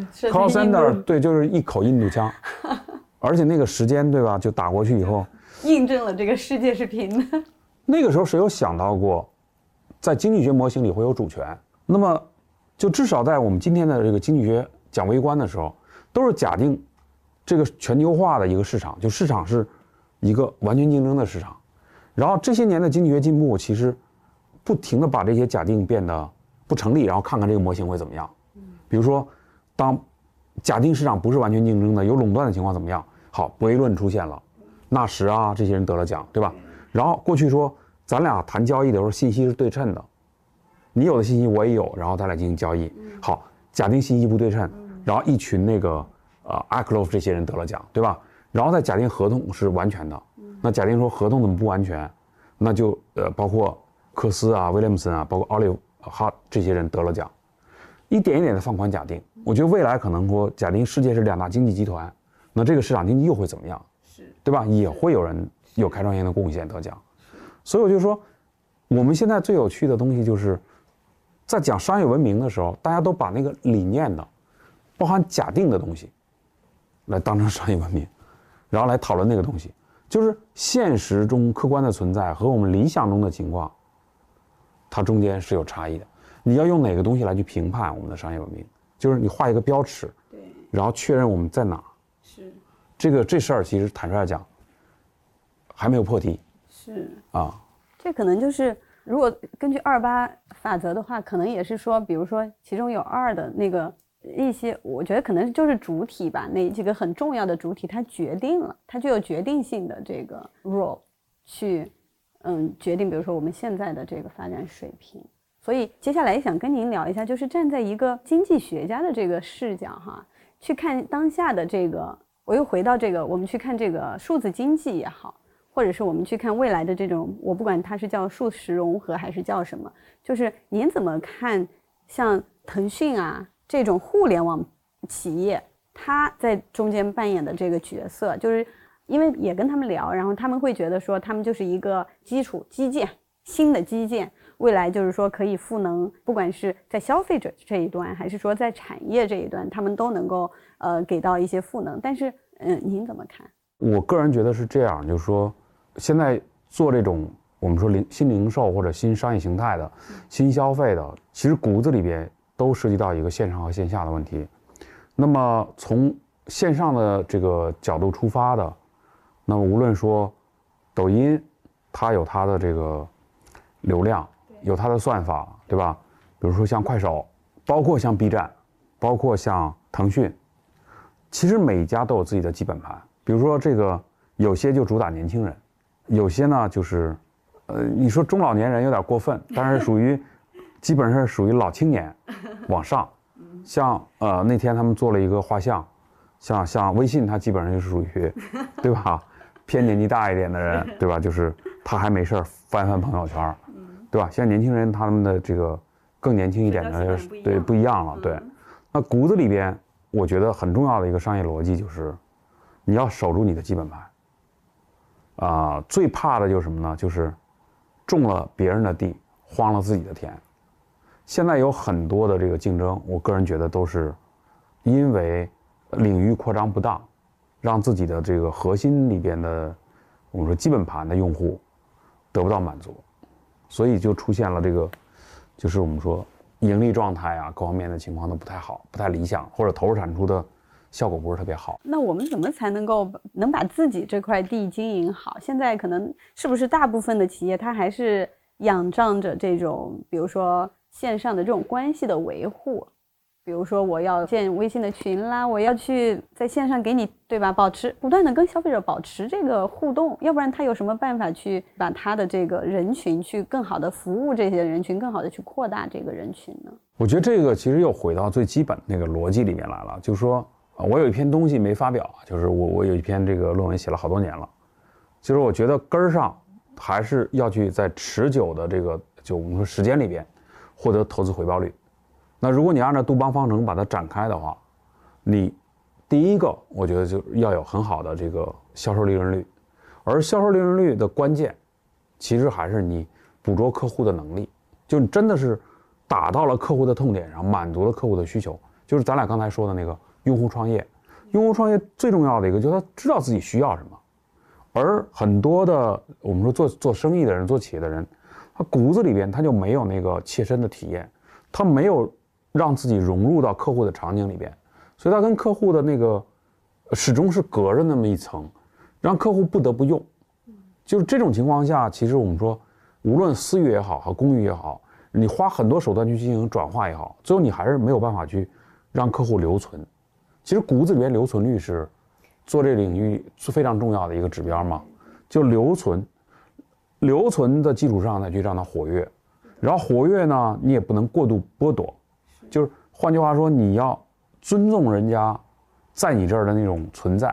center 对，就是一口印度腔，而且那个时间对吧，就打过去以后， 印证了这个世界是平的。 那个时候谁有想到过，在经济学模型里会有主权？那么，就至少在我们今天的这个经济学讲微观的时候，都是假定这个全球化的一个市场，就市场是一个完全竞争的市场。然后这些年的经济学进步，其实不停地把这些假定变得不成立，然后看看这个模型会怎么样。比如说，当假定市场不是完全竞争的，有垄断的情况怎么样？好，博弈论出现了，纳什啊这些人得了奖，对吧？然后过去说咱俩谈交易的时候，信息是对称的，你有的信息我也有，然后咱俩进行交易。好，假定信息不对称，然后一群那个Akerlof 这些人得了奖，对吧？ 然后再假定合同是完全的，那假定说合同怎么不完全，那就包括科斯啊、威廉姆森啊，包括奥利哈这些人得了奖，一点一点的放宽假定。我觉得未来可能说假定世界是2大经济集团，那这个市场经济又会怎么样？对吧？也会有人有开创性的贡献得奖。所以我就说，我们现在最有趣的东西就是在讲商业文明的时候，大家都把那个理念的包含假定的东西来当成商业文明，然后来讨论那个东西，就是现实中客观的存在和我们理想中的情况，它中间是有差异的。你要用哪个东西来去评判我们的商业文明？就是你画一个标尺， 对， 然后确认我们在哪。 是这事儿其实坦率讲还没有破题。 是啊， 这可能就是如果根据28法则的话，可能也是说，比如说其中有2的那个一些，我觉得可能就是主体吧，那几个很重要的主体，它决定了，它具有决定性的这个 role 去决定，比如说我们现在的这个发展水平。所以接下来也想跟您聊一下，就是站在一个经济学家的这个视角哈，去看当下的这个，我又回到这个，我们去看这个数字经济也好，或者是我们去看未来的这种，我不管它是叫数实融合还是叫什么，就是您怎么看像腾讯啊这种互联网企业，它在中间扮演的这个角色？就是因为也跟他们聊，然后他们会觉得说他们就是一个基础基建，新的基建，未来就是说可以赋能，不管是在消费者这一端还是说在产业这一端，他们都能够给到一些赋能。但是您怎么看？ 我个人觉得是这样，就是说现在做这种我们说新零售或者新商业形态的新消费的，其实骨子里边都涉及到一个线上和线下的问题。那么从线上的这个角度出发的，那么无论说抖音它有它的这个流量，有它的算法，对吧？比如说像快手，包括像 B 站，包括像腾讯，其实每一家都有自己的基本盘。比如说这个有些就主打年轻人，有些呢就是你说中老年人有点过分，但是属于基本上是属于老青年往上。像那天他们做了一个画像，像微信它基本上就是属于对吧偏年纪大一点的人，对吧？就是他还没事翻翻朋友圈，对吧？现在年轻人他们的这个更年轻一点的，对，不一样了。对，那骨子里边我觉得很重要的一个商业逻辑就是你要守住你的基本盘。最怕的就是什么呢？就是种了别人的地，荒了自己的田。现在有很多的这个竞争，我个人觉得都是因为领域扩张不当，让自己的这个核心里边的我们说基本盘的用户得不到满足，所以就出现了这个就是我们说盈利状态啊各方面的情况都不太好，不太理想，或者投入产出的效果不是特别好。 那我们怎么才能把自己这块地经营好？现在可能是不是大部分的企业它还是仰仗着这种比如说线上的这种关系的维护，比如说我要建微信的群啦，我要去在线上给你，对吧，不断的跟消费者保持这个互动，要不然他有什么办法去把他的这个人群去更好的服务这些人群，更好的去扩大这个人群呢？ 我觉得这个其实又回到最基本那个逻辑里面来了，就是说我有一篇东西没发表，就是我有一篇这个论文写了好多年了，就是我觉得根儿上还是要去在持久的这个就我们说时间里边获得投资回报率。那如果你按照杜邦方程把它展开的话，你第一个我觉得就要有很好的这个销售利润率，而销售利润率的关键其实还是你捕捉客户的能力，就你真的是打到了客户的痛点上，满足了客户的需求。就是咱俩刚才说的那个用户创业，用户创业最重要的一个就是他知道自己需要什么，而很多的我们说做生意的人，做企业的人，他骨子里边他就没有那个切身的体验，他没有让自己融入到客户的场景里边，所以他跟客户的那个始终是隔着那么一层，让客户不得不用。就是这种情况下，其实我们说无论私域也好和公域也好，你花很多手段去进行转化也好，最后你还是没有办法去让客户留存。其实骨子里边留存率是做这领域非常重要的一个指标嘛，就留存的基础上再去让它活跃，然后活跃呢你也不能过度剥夺，就是换句话说你要尊重人家在你这儿的那种存在，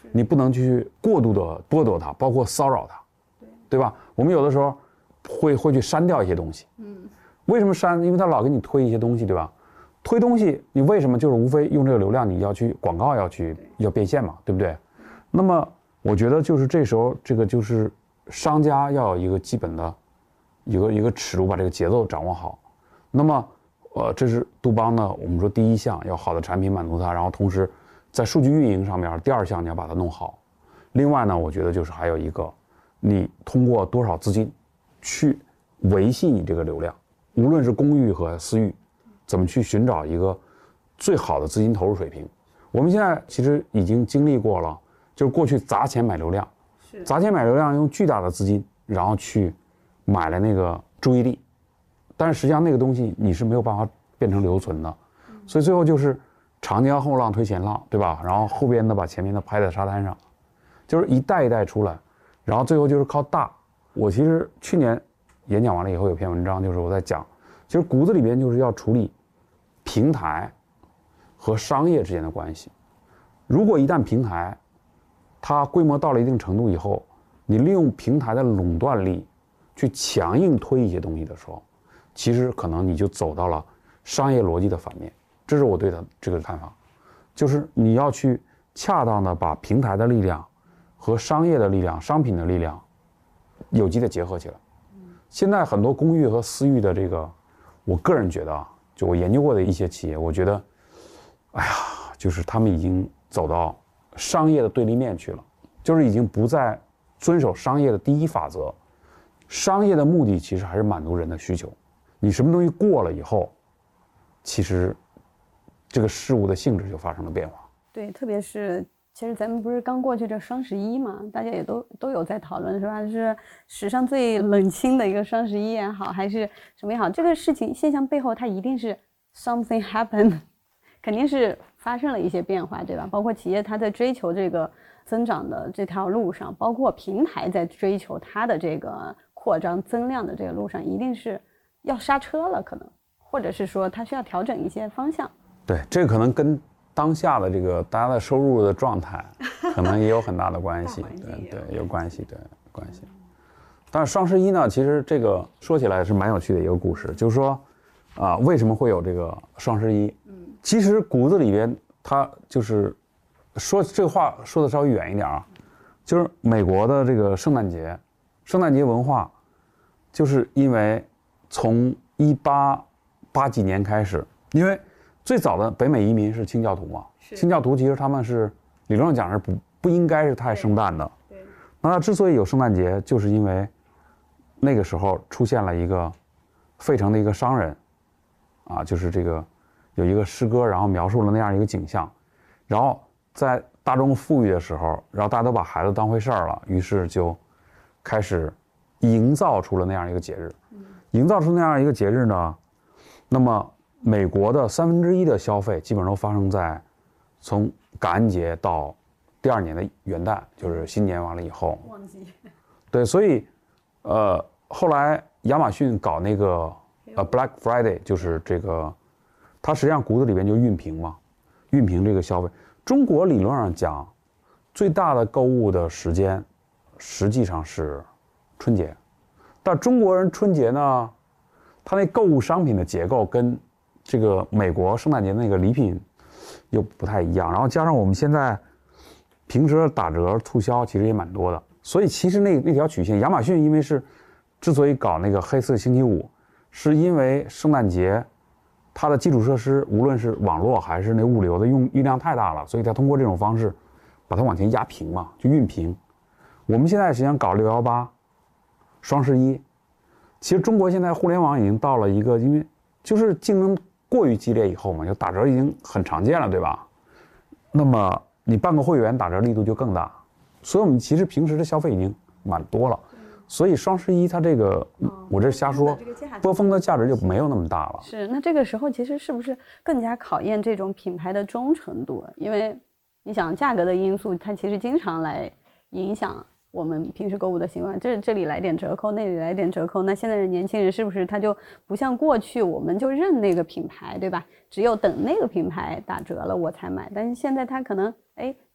你不能去过度的剥夺它，包括骚扰它，对吧？我们有的时候会去删掉一些东西，为什么删？因为他老给你推一些东西，对吧？推东西你为什么就是无非用这个流量，你要去广告要变现嘛，对不对？那么我觉得就是这时候这个就是商家要有一个基本的一个尺度，把这个节奏掌握好。那么这是杜邦呢，我们说第一项要好的产品满足它，然后同时在数据运营上面，第二项你要把它弄好。另外呢，我觉得就是还有一个，你通过多少资金去维系你这个流量，无论是公域和私域，怎么去寻找一个最好的资金投入水平。我们现在其实已经经历过了，就是过去砸钱买流量，砸钱买流量用巨大的资金，然后去买了那个注意力，但是实际上那个东西你是没有办法变成留存的，所以最后就是长江后浪推前浪，对吧？然后后边的把前面的拍在沙滩上，就是一代一代出来，然后最后就是靠大。我其实去年演讲完了以后有篇文章，就是我在讲，其实骨子里边就是要处理平台和商业之间的关系。如果一旦平台它规模到了一定程度以后，你利用平台的垄断力去强硬推一些东西的时候，其实可能你就走到了商业逻辑的反面。这是我对的这个看法，就是你要去恰当的把平台的力量和商业的力量、商品的力量有机的结合起来。现在很多公域和私域的这个，我个人觉得啊，就我研究过的一些企业，我觉得，哎呀，就是他们已经走到商业的对立面去了，就是已经不再遵守商业的第一法则。商业的目的其实还是满足人的需求，你什么东西过了以后，其实这个事物的性质就发生了变化。 对，特别是其实咱们不是刚过去这双11嘛，大家也都有在讨论，是吧？是史上最冷清的一个双11也好，还是什么也好，这个事情现象背后它一定是 something happened， 肯定是发生了一些变化，对吧？包括企业它在追求这个增长的这条路上，包括平台在追求它的这个扩张增量的这个路上，一定是要刹车了，可能，或者是说它需要调整一些方向。 对，这个可能跟当下的这个大家的收入的状态，可能也有很大的关系。对，有关系，对，关系。但是双11呢，其实这个说起来是蛮有趣的一个故事，就是说，为什么会有这个双11？其实骨子里边，它就是说这个话说的稍微远一点啊，就是美国的这个圣诞节文化，就是因为从1880几年开始，因为最早的北美移民是清教徒嘛，清教徒其实他们是理论上讲是不应该是太圣诞的。对。那他之所以有圣诞节，就是因为那个时候出现了一个费城的一个商人，就是这个有一个诗歌，然后描述了那样一个景象，然后在大众富裕的时候，然后大家都把孩子当回事儿了，于是就开始营造出了那样一个节日。营造出那样一个节日呢，那么美国的1/3的消费基本上都发生在从感恩节到第2年的元旦，就是新年完了以后。 旺季。 对，所以后来亚马逊搞那个Black Friday， 就是这个，它实际上骨子里边就熨平嘛，熨平这个消费。中国理论上讲，最大的购物的时间实际上是春节，但中国人春节呢，他那购物商品的结构跟这个美国圣诞节那个礼品又不太一样，然后加上我们现在平时的打折促销其实也蛮多的，所以其实那条曲线，亚马逊因为是之所以搞那个黑色星期五，是因为圣诞节它的基础设施无论是网络还是那物流的运量太大了，所以它通过这种方式把它往前压平嘛，就熨平。我们现在实际上搞618、双11，其实中国现在互联网已经到了一个，因为就是竞争过于激烈以后嘛，就打折已经很常见了，对吧？那么你办个会员，打折力度就更大，所以我们其实平时的消费已经蛮多了，所以双11它这个，我这瞎说，波峰的价值就没有那么大了。 是，那这个时候其实是不是更加考验这种品牌的忠诚度？因为你想价格的因素，它其实经常来影响我们平时购物的习惯，这里来点折扣，那里来点折扣。那现在的年轻人是不是他就不像过去我们就认那个品牌，对吧？只有等那个品牌打折了我才买。但是现在他可能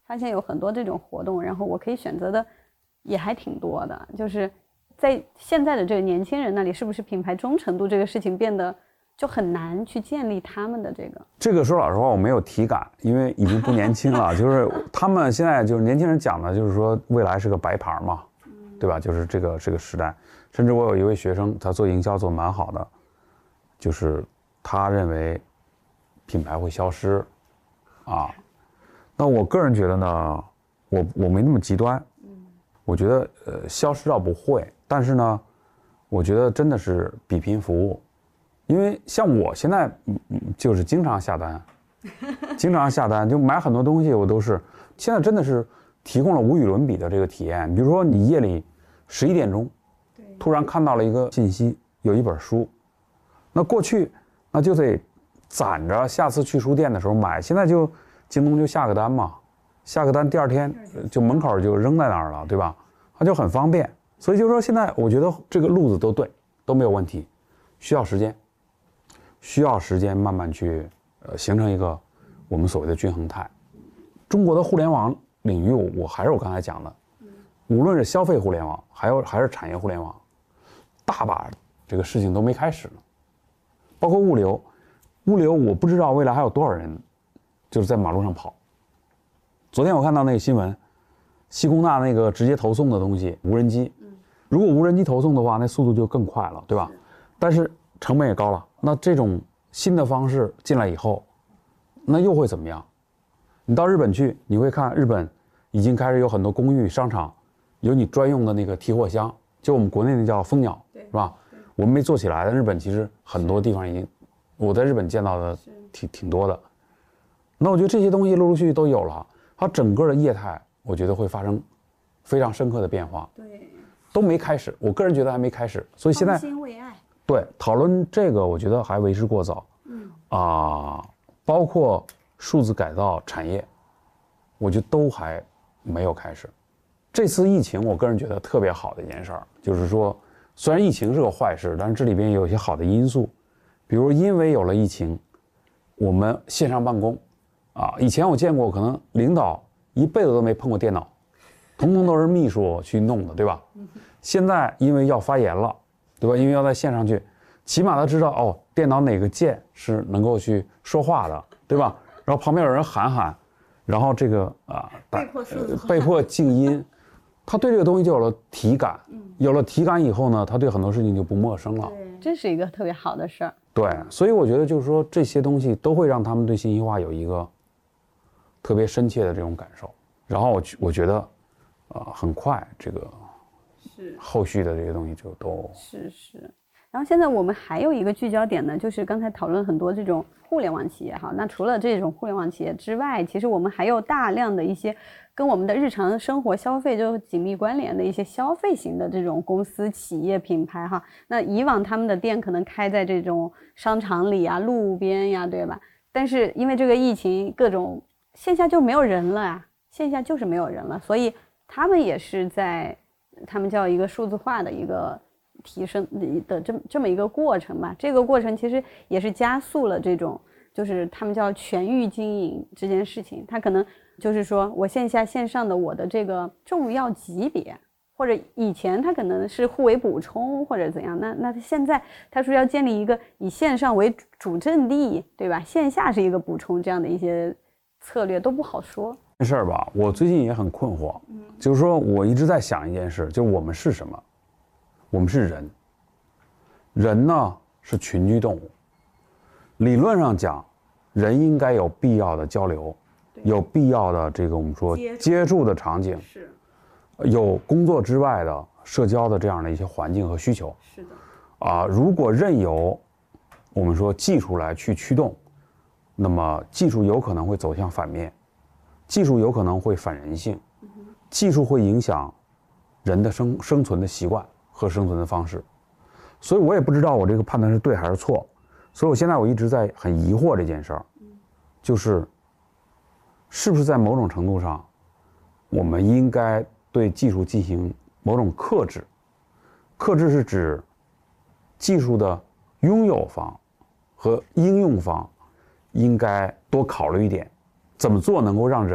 发现有很多这种活动，然后我可以选择的也还挺多的。就是在现在的这个年轻人那里，是不是品牌忠诚度这个事情变得就很难去建立他们的这个说老实话我没有体感，因为已经不年轻了。就是他们现在就是年轻人讲的，就是说未来是个白牌嘛，对吧？就是这个时代。甚至我有一位学生，他做营销做蛮好的，就是他认为品牌会消失啊。那我个人觉得呢，我没那么极端。我觉得消失倒不会，但是呢，我觉得真的是比拼服务。因为像我现在就是经常下单，就买很多东西，我都是现在真的是提供了无与伦比的这个体验。比如说你夜里11点钟，突然看到了一个信息，有一本书，那过去那就得攒着下次去书店的时候买，现在就京东就下个单嘛，下个单第二天就门口就扔在那儿了，对吧？它就很方便。所以就是说现在我觉得这个路子都对，都没有问题，需要时间慢慢去形成一个我们所谓的均衡态。中国的互联网领域，我还是我刚才讲的，无论是消费互联网还是产业互联网，大把这个事情都没开始呢。包括物流我不知道未来还有多少人就是在马路上跑。昨天我看到那个新闻，西工大那个直接投送的东西，无人机，如果无人机投送的话，那速度就更快了，对吧？但是成本也高了。那这种新的方式进来以后，那又会怎么样？你到日本去，你会看日本已经开始有很多公寓商场有你专用的那个提货箱，就我们国内那叫蜂鸟，是吧？我们没做起来的，日本其实很多地方已经，我在日本见到的挺多的。那我觉得这些东西陆陆续续都有了，它整个的业态我觉得会发生非常深刻的变化。 对， 都没开始，我个人觉得还没开始，所以现在方兴未艾。 对讨论这个，我觉得还为时过早。包括数字改造产业，我觉得都还没有开始。这次疫情，我个人觉得特别好的一件事儿，就是说，虽然疫情是个坏事，但是这里边有一些好的因素，比如因为有了疫情，我们线上办公，以前我见过可能领导一辈子都没碰过电脑，统统都是秘书去弄的，对吧？现在因为要发言了，对吧？因为要在线上去，起码他知道电脑哪个键是能够去说话的，对吧？然后旁边有人喊，然后这个被迫静音，他对这个东西就有了体感，有了体感以后呢，他对很多事情就不陌生了。 这是一个特别好的事儿。 对，所以我觉得就是说这些东西都会让他们对信息化有一个特别深切的这种感受。然后我觉得，很快这个后续的这些东西就都是。然后现在我们还有一个聚焦点呢，就是刚才讨论很多这种互联网企业哈。那除了这种互联网企业之外，其实我们还有大量的一些跟我们的日常生活消费就紧密关联的一些消费型的这种公司、企业、品牌哈。那以往他们的店可能开在这种商场里啊、路边呀，对吧？但是因为这个疫情，各种线下就没有人了啊，线下就是没有人了，所以他们也是在他们叫一个数字化的一个提升的这么一个过程吧。这个过程其实也是加速了这种就是他们叫全域经营这件事情。它可能就是说我线下线上的我的这个重要级别，或者以前它可能是互为补充或者怎样，那现在它说要建立一个以线上为主阵地，对吧？线下是一个补充，这样的一些策略都不好说。 这事儿吧，我最近也很困惑，就是说我一直在想一件事，就是我们是什么？我们是人，人呢是群居动物，理论上讲，人应该有必要的交流，有必要的这个我们说接触的场景， 是有工作之外的社交的这样的一些环境和需求。 是的， 如果任由我们说技术来去驱动，那么技术有可能会走向反面，技术有可能会反人性，技术会影响人的生存的习惯和生存的方式。所以我也不知道我这个判断是对还是错，所以我现在一直在很疑惑这件事儿，就是是不是在某种程度上我们应该对技术进行某种克制。克制是指技术的拥有方和应用方应该多考虑一点，怎么做能够让人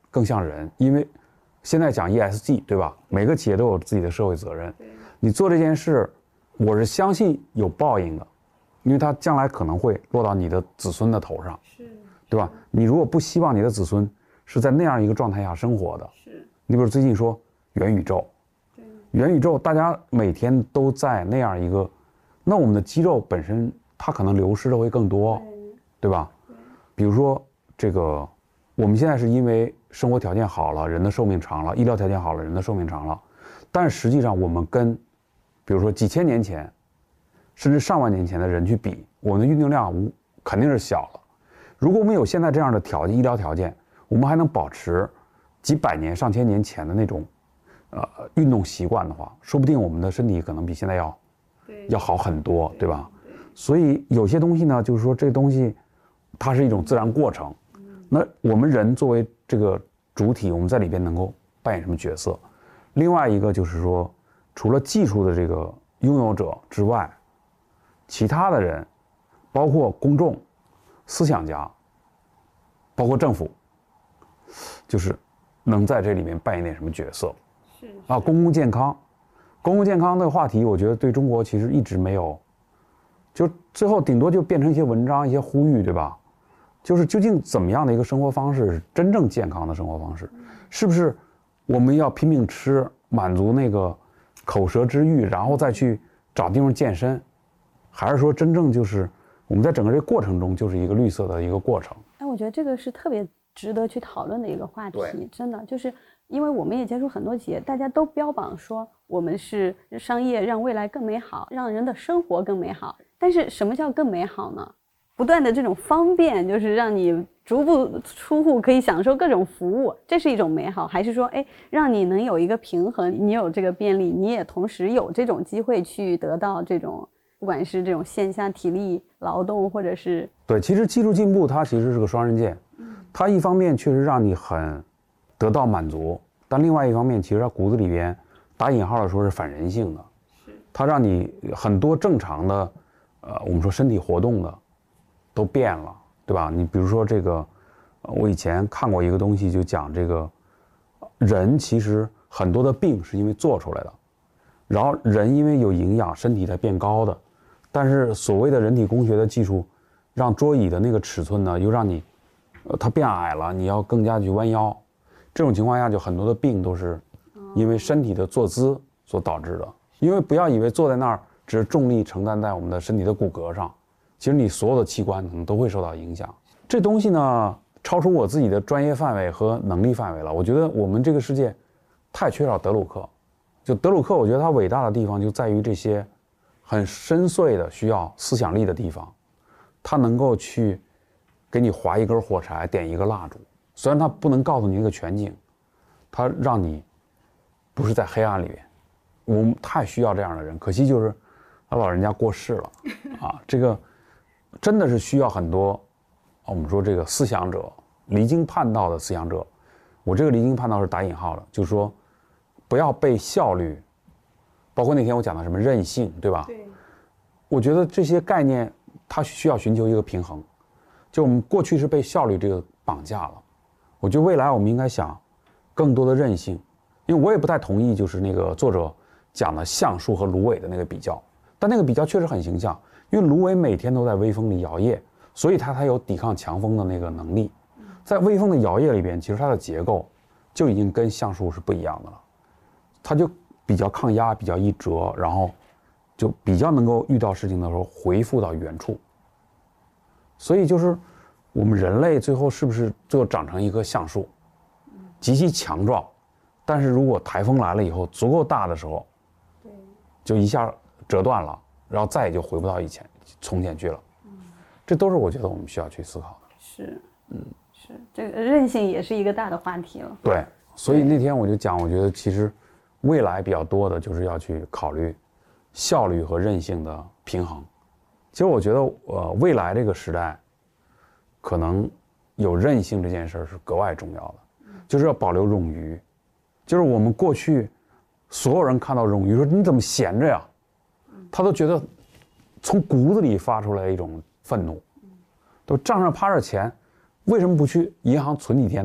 更像人，因为现在讲 ESG 对吧？每个企业都有自己的社会责任，你做这件事，我是相信有报应的，因为它将来可能会落到你的子孙的头上，对吧？你如果不希望你的子孙是在那样一个状态下生活的，你比如最近说元宇宙，元宇宙大家每天都在那样一个，那我们的肌肉本身它可能流失的会更多，对吧？比如说这个，我们现在是因为生活条件好了，人的寿命长了，医疗条件好了，人的寿命长了，但是实际上我们跟比如说几千年前甚至上万年前的人去比，我们的运动量肯定是小了。如果我们有现在这样的条件，医疗条件，我们还能保持几百年上千年前的那种运动习惯的话，说不定我们的身体可能比现在要好很多，对吧？所以有些东西呢，就是说这东西它是一种自然过程，那我们人作为这个主体，我们在里边能够扮演什么角色？另外一个就是说，除了技术的这个拥有者之外，其他的人，包括公众、思想家，包括政府，就是能在这里面扮演点什么角色？公共健康，公共健康的话题，我觉得对中国其实一直没有，就最后顶多就变成一些文章、一些呼吁，对吧？就是究竟怎么样的一个生活方式是真正健康的生活方式？是不是我们要拼命吃，满足那个口舌之欲，然后再去找地方健身？还是说真正就是我们在整个这个过程中就是一个绿色的一个过程？ 我觉得这个是特别值得去讨论的一个话题，真的就是因为我们也接触很多企业，大家都标榜说我们是商业让未来更美好，让人的生活更美好。但是什么叫更美好呢？不断的这种方便，就是让你足不出户可以享受各种服务，这是一种美好？还是说让你能有一个平衡，你有这个便利，你也同时有这种机会去得到这种不管是这种线下体力劳动，或者是对，其实技术进步它其实是个双刃剑，它一方面确实让你很得到满足，但另外一方面其实它骨子里边打引号的说是反人性的，它让你很多正常的我们说身体活动的都变了，对吧？你比如说这个我以前看过一个东西，就讲这个人其实很多的病是因为做出来的，然后人因为有营养身体才变高的，但是所谓的人体工学的技术让桌椅的那个尺寸呢又让你它变矮了，你要更加去弯腰，这种情况下就很多的病都是因为身体的坐姿所导致的。因为不要以为坐在那儿只是重力承担在我们的身体的骨骼上，其实你所有的器官可能都会受到影响。这东西呢超出我自己的专业范围和能力范围了。我觉得我们这个世界太缺少德鲁克，就德鲁克我觉得他伟大的地方就在于这些很深邃的需要思想力的地方，他能够去给你划一根火柴，点一个蜡烛，虽然他不能告诉你那个全景，他让你不是在黑暗里面。我们太需要这样的人，可惜就是他老人家过世了啊。这个真的是需要很多我们说这个思想者，离经叛道的思想者。我这个离经叛道是打引号的，就是说不要被效率，包括那天我讲的什么韧性，对吧？对。我觉得这些概念它需要寻求一个平衡。就我们过去是被效率这个绑架了，我觉得未来我们应该想更多的韧性。因为我也不太同意就是那个作者讲的橡树和芦苇的那个比较，但那个比较确实很形象，因为芦苇每天都在微风里摇曳，所以它才有抵抗强风的那个能力。在微风的摇曳里边，其实它的结构就已经跟橡树是不一样的了，它就比较抗压，比较易折，然后就比较能够遇到事情的时候回复到原处。所以就是我们人类最后是不是最后长成一棵橡树，极其强壮，但是如果台风来了以后足够大的时候，就一下折断了，然后再也就回不到从前去了。这都是我觉得我们需要去思考的。 是，是这个韧性也是一个大的话题了。 对，所以那天我就讲，我觉得其实未来比较多的就是要去考虑效率和韧性的平衡。其实我觉得未来这个时代可能有韧性这件事是格外重要的，就是要保留冗余。就是我们过去所有人看到冗余说你怎么闲着呀，他都觉得从骨子里发出来一种愤怒，都账上趴着钱，为什么不去银行存几天，对吧？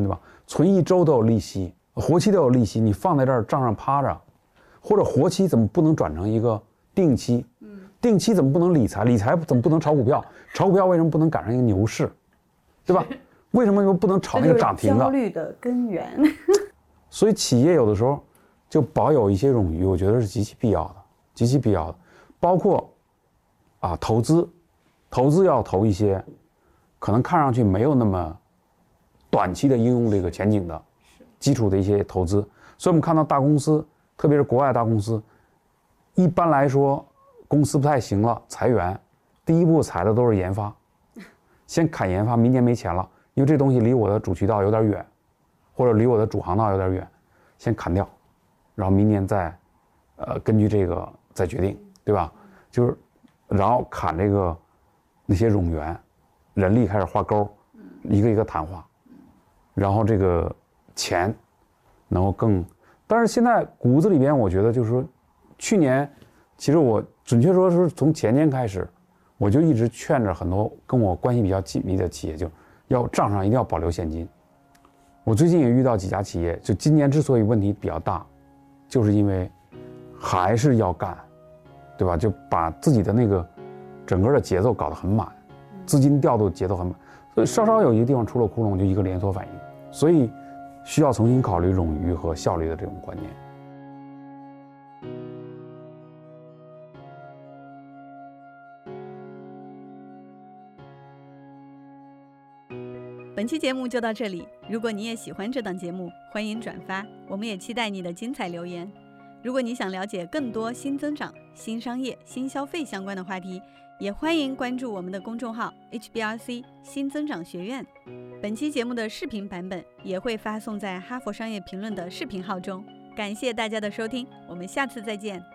存1周都有利息，活期都有利息，你放在这儿账上趴着，或者活期怎么不能转成一个定期？定期怎么不能理财？理财怎么不能炒股票？炒股票为什么不能赶上一个牛市？对吧？为什么不能炒那个涨停的？ 焦虑的根源。 所以企业有的时候就保有一些冗余，我觉得是极其必要的，极其必要的。包括投资要投一些可能看上去没有那么短期的应用这个前景的基础的一些投资。所以我们看到大公司，特别是国外大公司，一般来说公司不太行了，裁员，第一步裁的都是研发，先砍研发，明年没钱了，因为这东西离我的主渠道有点远，或者离我的主航道有点远，先砍掉，然后明年再根据这个再决定，对吧？就是然后砍这个那些冗员，人力开始画钩，一个一个谈话，然后这个钱能够更。但是现在骨子里边，我觉得就是说，去年其实我准确说是从前年开始，我就一直劝着很多跟我关系比较紧密的企业，就要账上一定要保留现金。我最近也遇到几家企业，就今年之所以问题比较大，就是因为还是要干，对吧？就把自己的那个整个的节奏搞得很满，资金调度节奏很满，所以稍稍有一个地方出了窟窿，就一个连锁反应，所以需要重新考虑冗余和效率的这种观念。 本期节目就到这里，如果你也喜欢这档节目，欢迎转发，我们也期待你的精彩留言。如果你想了解更多新增长、新商业、新消费相关的话题，也欢迎关注我们的公众号 HBRC 新增长学院。本期节目的视频版本也会发送在哈佛商业评论的视频号中。感谢大家的收听，我们下次再见。